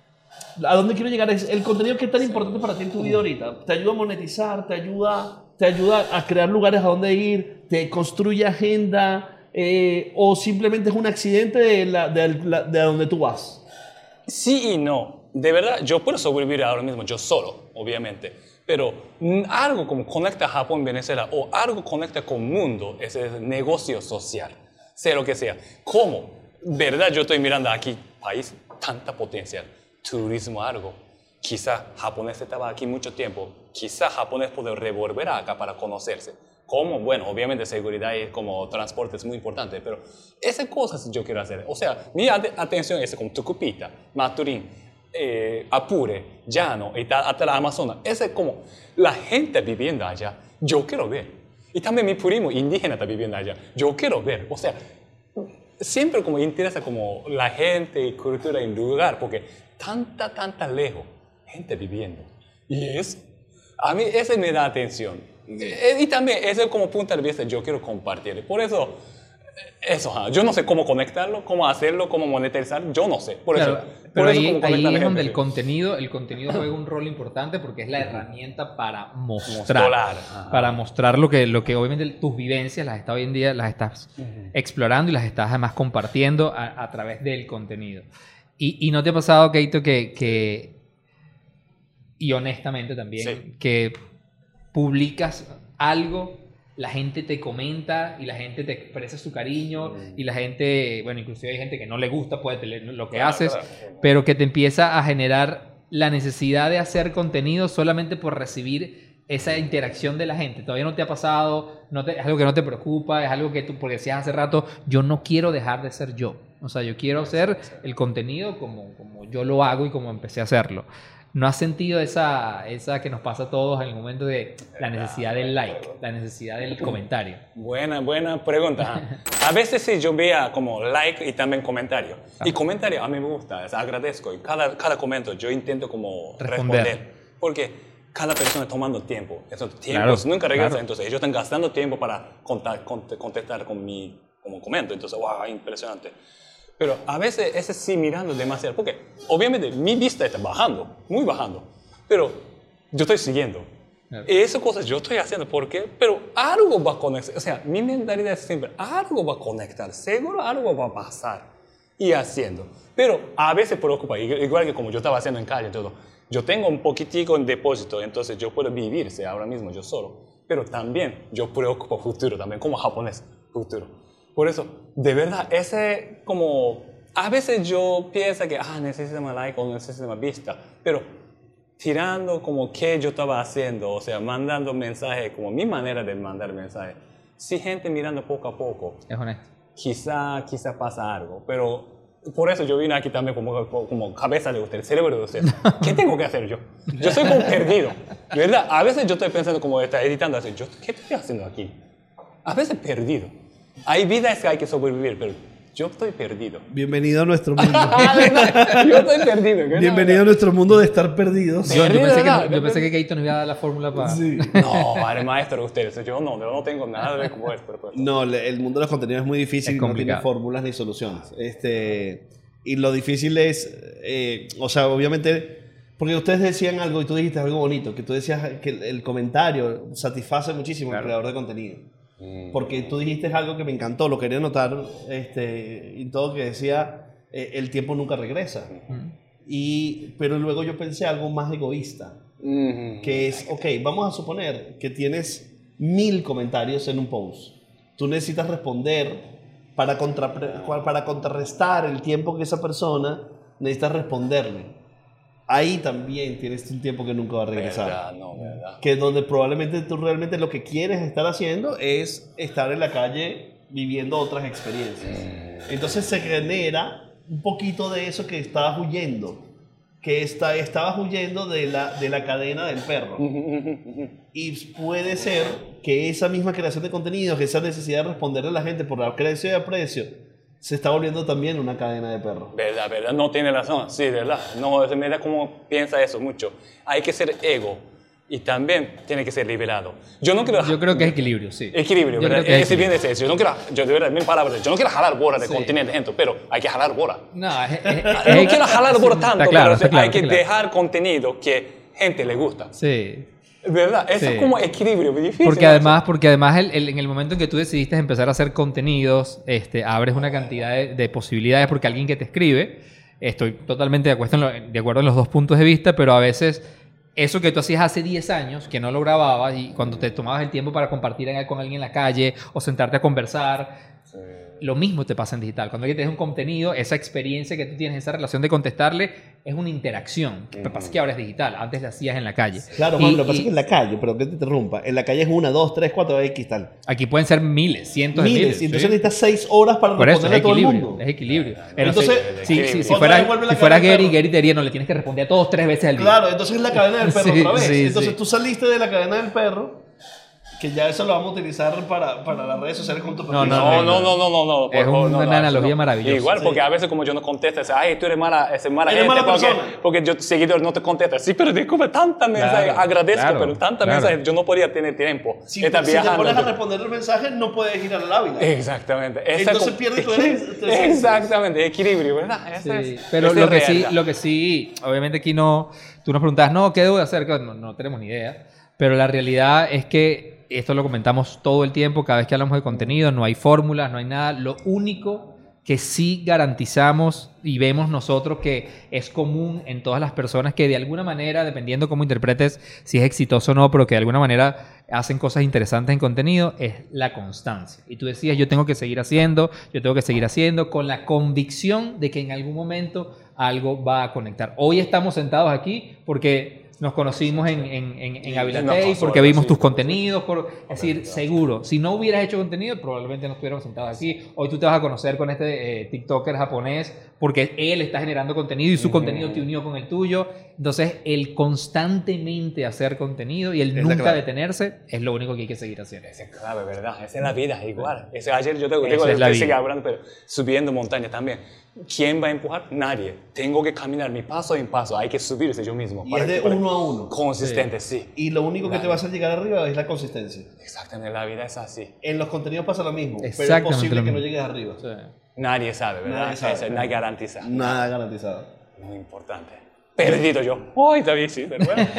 ¿a dónde quiero llegar? Es el contenido que es tan importante para ti en tu vida ahorita. Te ayuda a monetizar, te ayuda, te ayuda a crear lugares a donde ir, te construye agenda, eh, o simplemente es un accidente de, la, de, la, de donde tú vas? Sí y no. De verdad, yo puedo sobrevivir ahora mismo, yo solo, obviamente. Pero mm, algo como conecta a Japón, Venezuela, o algo conecta con el mundo, es el negocio social, sea lo que sea. ¿Cómo? ¿Verdad? Yo estoy mirando aquí, país, tanta potencial, turismo, algo. Quizá japonés estaba aquí mucho tiempo, quizá japonés puede revolver acá para conocerse. ¿Cómo? Bueno, obviamente seguridad y como transporte es muy importante, pero esas cosas yo quiero hacer. O sea, mi at atención es como Tucupita, Maturín, eh, Apure, Llano, y hasta la Amazonas. Es como la gente viviendo allá, yo quiero ver. Y también mi primo indígena está viviendo allá, yo quiero ver. O sea, siempre como interesa como la gente y cultura en lugar, porque tanta, tanta lejos, gente viviendo. Y eso, a mí ese me da atención. Y también ese es como punto de vista yo quiero compartir. Por eso, eso, yo no sé cómo conectarlo, cómo hacerlo, cómo monetizar, yo no sé. Por claro, eso, pero por ahí, eso como ahí es donde gente, el contenido, el contenido juega un rol importante porque es la herramienta para mostrar, mostrar. para mostrar lo que, lo que obviamente tus vivencias las estás hoy en día las estás uh-huh. explorando y las estás además compartiendo a, a través del contenido. Y, y ¿no te ha pasado, Keito, que, que y honestamente también, sí. que publicas algo, la gente te comenta y la gente te expresa su cariño mm. y la gente, bueno, inclusive hay gente que no le gusta puede leer lo que claro, haces, claro. pero que te empieza a generar la necesidad de hacer contenido solamente por recibir esa interacción de la gente? ¿Todavía no te ha pasado? No te, ¿Es algo que no te preocupa? ¿Es algo que tú, porque decías hace rato, yo no quiero dejar de ser yo? O sea, yo quiero hacer el contenido como, como yo lo hago y como empecé a hacerlo. ¿No has sentido esa, esa que nos pasa a todos en el momento de la necesidad del like, la necesidad del comentario? Buena, buena pregunta. A veces sí yo veo como like y también comentario. Ah. Y comentario a mí me gusta, o sea, agradezco. Y cada, cada comentario yo intento como responder. responder. Porque cada persona tomando tiempo. Esos tiempos claro, nunca regresan. Claro. Entonces ellos están gastando tiempo para contar, contestar con mi como comento. Entonces, wow, impresionante. Pero a veces ese sí mirando demasiado, porque obviamente mi vista está bajando, muy bajando, pero yo estoy siguiendo. Claro. Y esas cosas yo estoy haciendo, ¿por qué? Pero algo va a conectar, o sea, mi mentalidad es siempre, algo va a conectar, seguro algo va a pasar, y haciendo. Pero a veces preocupa, igual que como yo estaba haciendo en calle y todo, yo tengo un poquitico en depósito, entonces yo puedo vivirse ahora mismo yo solo, pero también yo preocupo futuro también, como japonés, futuro. Por eso, de verdad, ese como... A veces yo pienso que, ah, necesito más like o necesito más vista, pero tirando como qué yo estaba haciendo, o sea, mandando mensajes, como mi manera de mandar mensajes. Si gente mirando poco a poco, es honesto. Quizá, quizá pasa algo, pero por eso yo vine aquí también como, como cabeza de usted, el cerebro de usted. ¿Qué tengo que hacer yo? Yo soy como perdido, de verdad. A veces yo estoy pensando como está editando así, yo, ¿qué estoy haciendo aquí? A veces perdido. Hay vidas que hay que sobrevivir, pero yo estoy perdido. Bienvenido a nuestro mundo. Yo estoy perdido. Bienvenido a nuestro mundo de estar perdidos. Yo, yo pensé, que, yo pensé que Keito nos iba a dar la fórmula para... Sí. No, vale, maestro, ustedes. Yo no, yo no tengo nada de como esto. Pero... No, el mundo de los contenidos es muy difícil, es no tiene fórmulas ni soluciones. Este, y lo difícil es, eh, o sea, obviamente, porque ustedes decían algo y tú dijiste algo bonito, que tú decías que el, el comentario satisface muchísimo claro. al creador de contenido. Porque tú dijiste algo que me encantó, lo quería notar, este, y todo que decía, eh, el tiempo nunca regresa. Uh-huh. Y, pero luego yo pensé algo más egoísta, uh-huh. que es, ok, vamos a suponer que tienes mil comentarios en un post. Tú necesitas responder para, contra, para contrarrestar el tiempo que esa persona necesita responderle. Ahí también tienes un tiempo que nunca va a regresar. Verdad, no, verdad. Que donde probablemente tú realmente lo que quieres estar haciendo es estar en la calle viviendo otras experiencias. Mm. Entonces se genera un poquito de eso que estabas huyendo. Que está, estabas huyendo de la, de la cadena del perro. Y puede ser que esa misma creación de contenidos, esa necesidad de responderle a la gente por aprecio y aprecio, se está volviendo también una cadena de perros. Verdad, verdad, no tiene razón, sí, verdad. No, me da como piensa eso mucho. Hay que ser ego y también tiene que ser liberado. Yo no quiero... Yo creo que es equilibrio, sí. Equilibrio, yo ¿verdad? Creo que es bien eso. Yo no quiero, yo de verdad, mil palabras, yo no quiero jalar bola de sí. contenido de gente, pero hay que jalar bola. No, es, es, no es, quiero jalar bola tanto, claro, pero claro, hay que claro. dejar contenido que gente le gusta. Sí. ¿Verdad? Eso Sí. es como equilibrio, muy difícil. Porque ¿no? además, porque además el, el- en el momento en que tú decidiste empezar a hacer contenidos, este, abres una cantidad de, de posibilidades porque alguien que te escribe, estoy totalmente de acuerdo, en lo- de acuerdo en los dos puntos de vista, pero a veces eso que tú hacías hace diez años, que no lo grababas y cuando te tomabas el tiempo para compartir en- con alguien en la calle o sentarte a conversar, lo mismo te pasa en digital. Cuando alguien te deja un contenido, esa experiencia que tú tienes, esa relación de contestarle, es una interacción. Lo que pasa es que ahora es digital. Antes la hacías en la calle. Claro, Juan, Y- lo que pasa y es que en la calle, pero que te interrumpa, en la calle es una, dos, tres, cuatro, X tal. Aquí pueden ser miles, cientos de Miles, miles. y entonces ¿sí? necesitas seis horas para Por eso, responderle es a todo el equilibrio. mundo. Es equilibrio. Pero Entonces, sí, sí, sí, si otra fuera, vez vuelve la si fuera cadena del Gary, perro. Gary te diría, no, le tienes que responder a todos tres veces al día. Claro, entonces es la cadena del perro Sí, otra vez. sí, Entonces sí. tú saliste de la cadena del perro, que ya eso lo vamos a utilizar para, para las redes sociales junto con No, tu No, no, no, no, no, no. por Es favor, una no, no, analogía no. maravillosa. Igual, Sí. porque a veces como yo no contesto, es, ay, tú eres mala, eres mala Eres gente mala porque, persona. porque yo seguidor no te contesta. Sí, pero disculpe, tanta mensaje, agradezco, claro, pero tanta claro. mensaje, yo no podía tener tiempo. Si, Estás si te viajando. pones a tú- responder el mensaje, no puedes ir a la Ávila. Exactamente. Esa Entonces como- pierdes tu eres- tu esencia. Exactamente, equilibrio, ¿verdad? Esa Sí, es- pero esa lo es que, sí, realidad. lo que sí, obviamente aquí no, tú nos preguntas, no, ¿qué debo de hacer? No, no tenemos ni idea, pero la realidad es que esto lo comentamos todo el tiempo, cada vez que hablamos de contenido, no hay fórmulas, no hay nada, lo único que sí garantizamos y vemos nosotros que es común en todas las personas que de alguna manera, dependiendo cómo interpretes si es exitoso o no, pero que de alguna manera hacen cosas interesantes en contenido, es la constancia. Y tú decías, yo tengo que seguir haciendo, yo tengo que seguir haciendo, con la convicción de que en algún momento algo va a conectar. Hoy estamos sentados aquí porque nos conocimos en, en, en, en Ávila No, Tech, no, porque no, vimos sí, tus sí, contenidos, por, es decir, seguro, si no hubieras hecho contenido, probablemente no estuviéramos sentados aquí. Hoy tú te vas a conocer con este eh, TikToker japonés, porque él está generando contenido y su contenido te unió con el tuyo. Entonces, el constantemente hacer contenido y el Es la nunca clave. detenerse es lo único que hay que seguir haciendo. Esa es clave, ¿verdad? Esa es la vida, igual. Ese, ayer yo te digo, Esa es la te vida. sigue hablando, pero subiendo montaña también. ¿Quién va a empujar? Nadie. Tengo que caminar mi paso en paso. Hay que subirse yo mismo. Y para es de que- para- uno a uno. Consistente, sí. Y lo único que te va a hacer llegar arriba es la consistencia. Exactamente, la vida es así. En los contenidos pasa lo mismo, pero es Exactamente posible lo que no mismo. llegues arriba. Nadie sabe, ¿verdad? Nadie sabe. Eso no hay garantiza. Nada garantizado. Muy importante. Perdido yo. Ay, también sí, pero bueno.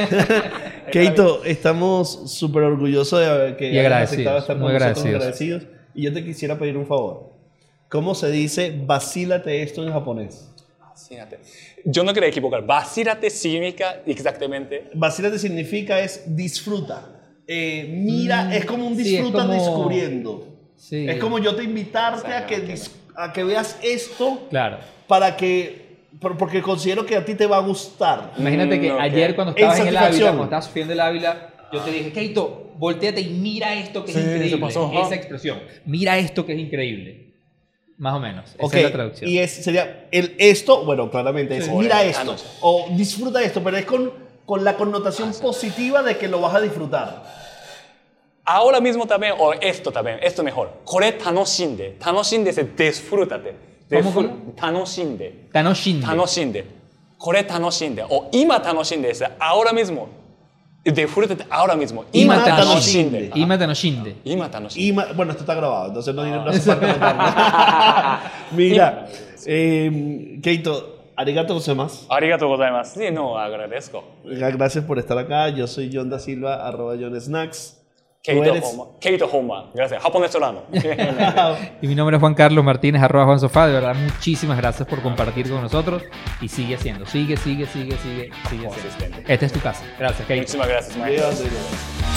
Keito, estamos súper orgullosos de haber que Y hayas agradecidos, aceptado estar con muy nosotros, agradecidos. agradecidos. Y yo te quisiera pedir un favor. ¿Cómo se dice vacílate esto en japonés? Vacílate. Yo no quería equivocar. Vacílate significa exactamente. Vacílate significa es disfruta. Eh, mira, Mm, es como un sí, es disfruta como- descubriendo. Sí. Es como yo te invitarte a que, Exactamente. dis- a que veas esto Claro. para que, por- porque considero que a ti te va a gustar. Imagínate que Mm, ok. ayer cuando En estabas en el Ávila, satisfacción. cuando estabas sufriendo el Ávila, yo te dije, Keito, volteate y mira esto que Sí, es eso increíble. pasó, ajá. Esa expresión. Mira esto que es increíble. Más o menos. Esa Ok, es la traducción. y es, sería el esto, bueno, claramente es Sí. mira Ah, esto no. o disfruta esto, pero es con, con la connotación positiva de que lo vas a disfrutar. Ahora mismo también, o esto también, esto mejor. Kore tanoshinde. Tanoshinde es disfrútate. ¿Cómo, Disfr- cómo? Tanoshinde. Tanoshinde. Tanoshinde. Kore tanoshinde. O ima tanoshinde es ahora mismo. Disfrútate ahora mismo. Ima Ima tanoshinde. tanoshinde. Ima tanoshinde. Ima tanoshinde. Y ma- bueno, esto está grabado, entonces no, no hace falta comentarlo. Mira, eh, Keito, arigato gozaimasu. Arigatou gozaimasu. Sí, no, agradezco. Gracias por estar acá. Yo soy John da Silva, arroba John Snacks. Tú Keito eres- Homa. Keito Homa. Gracias. Japonés solano. Y mi nombre es Juan Carlos Martínez, arroba Juan Sofá. De verdad, muchísimas gracias por compartir con nosotros. Y sigue haciendo, sigue, sigue, sigue, sigue, sigue haciendo. Consistente. Esta es tu casa. Gracias, Keito. Muchísimas gracias, maestro. Adiós, adiós.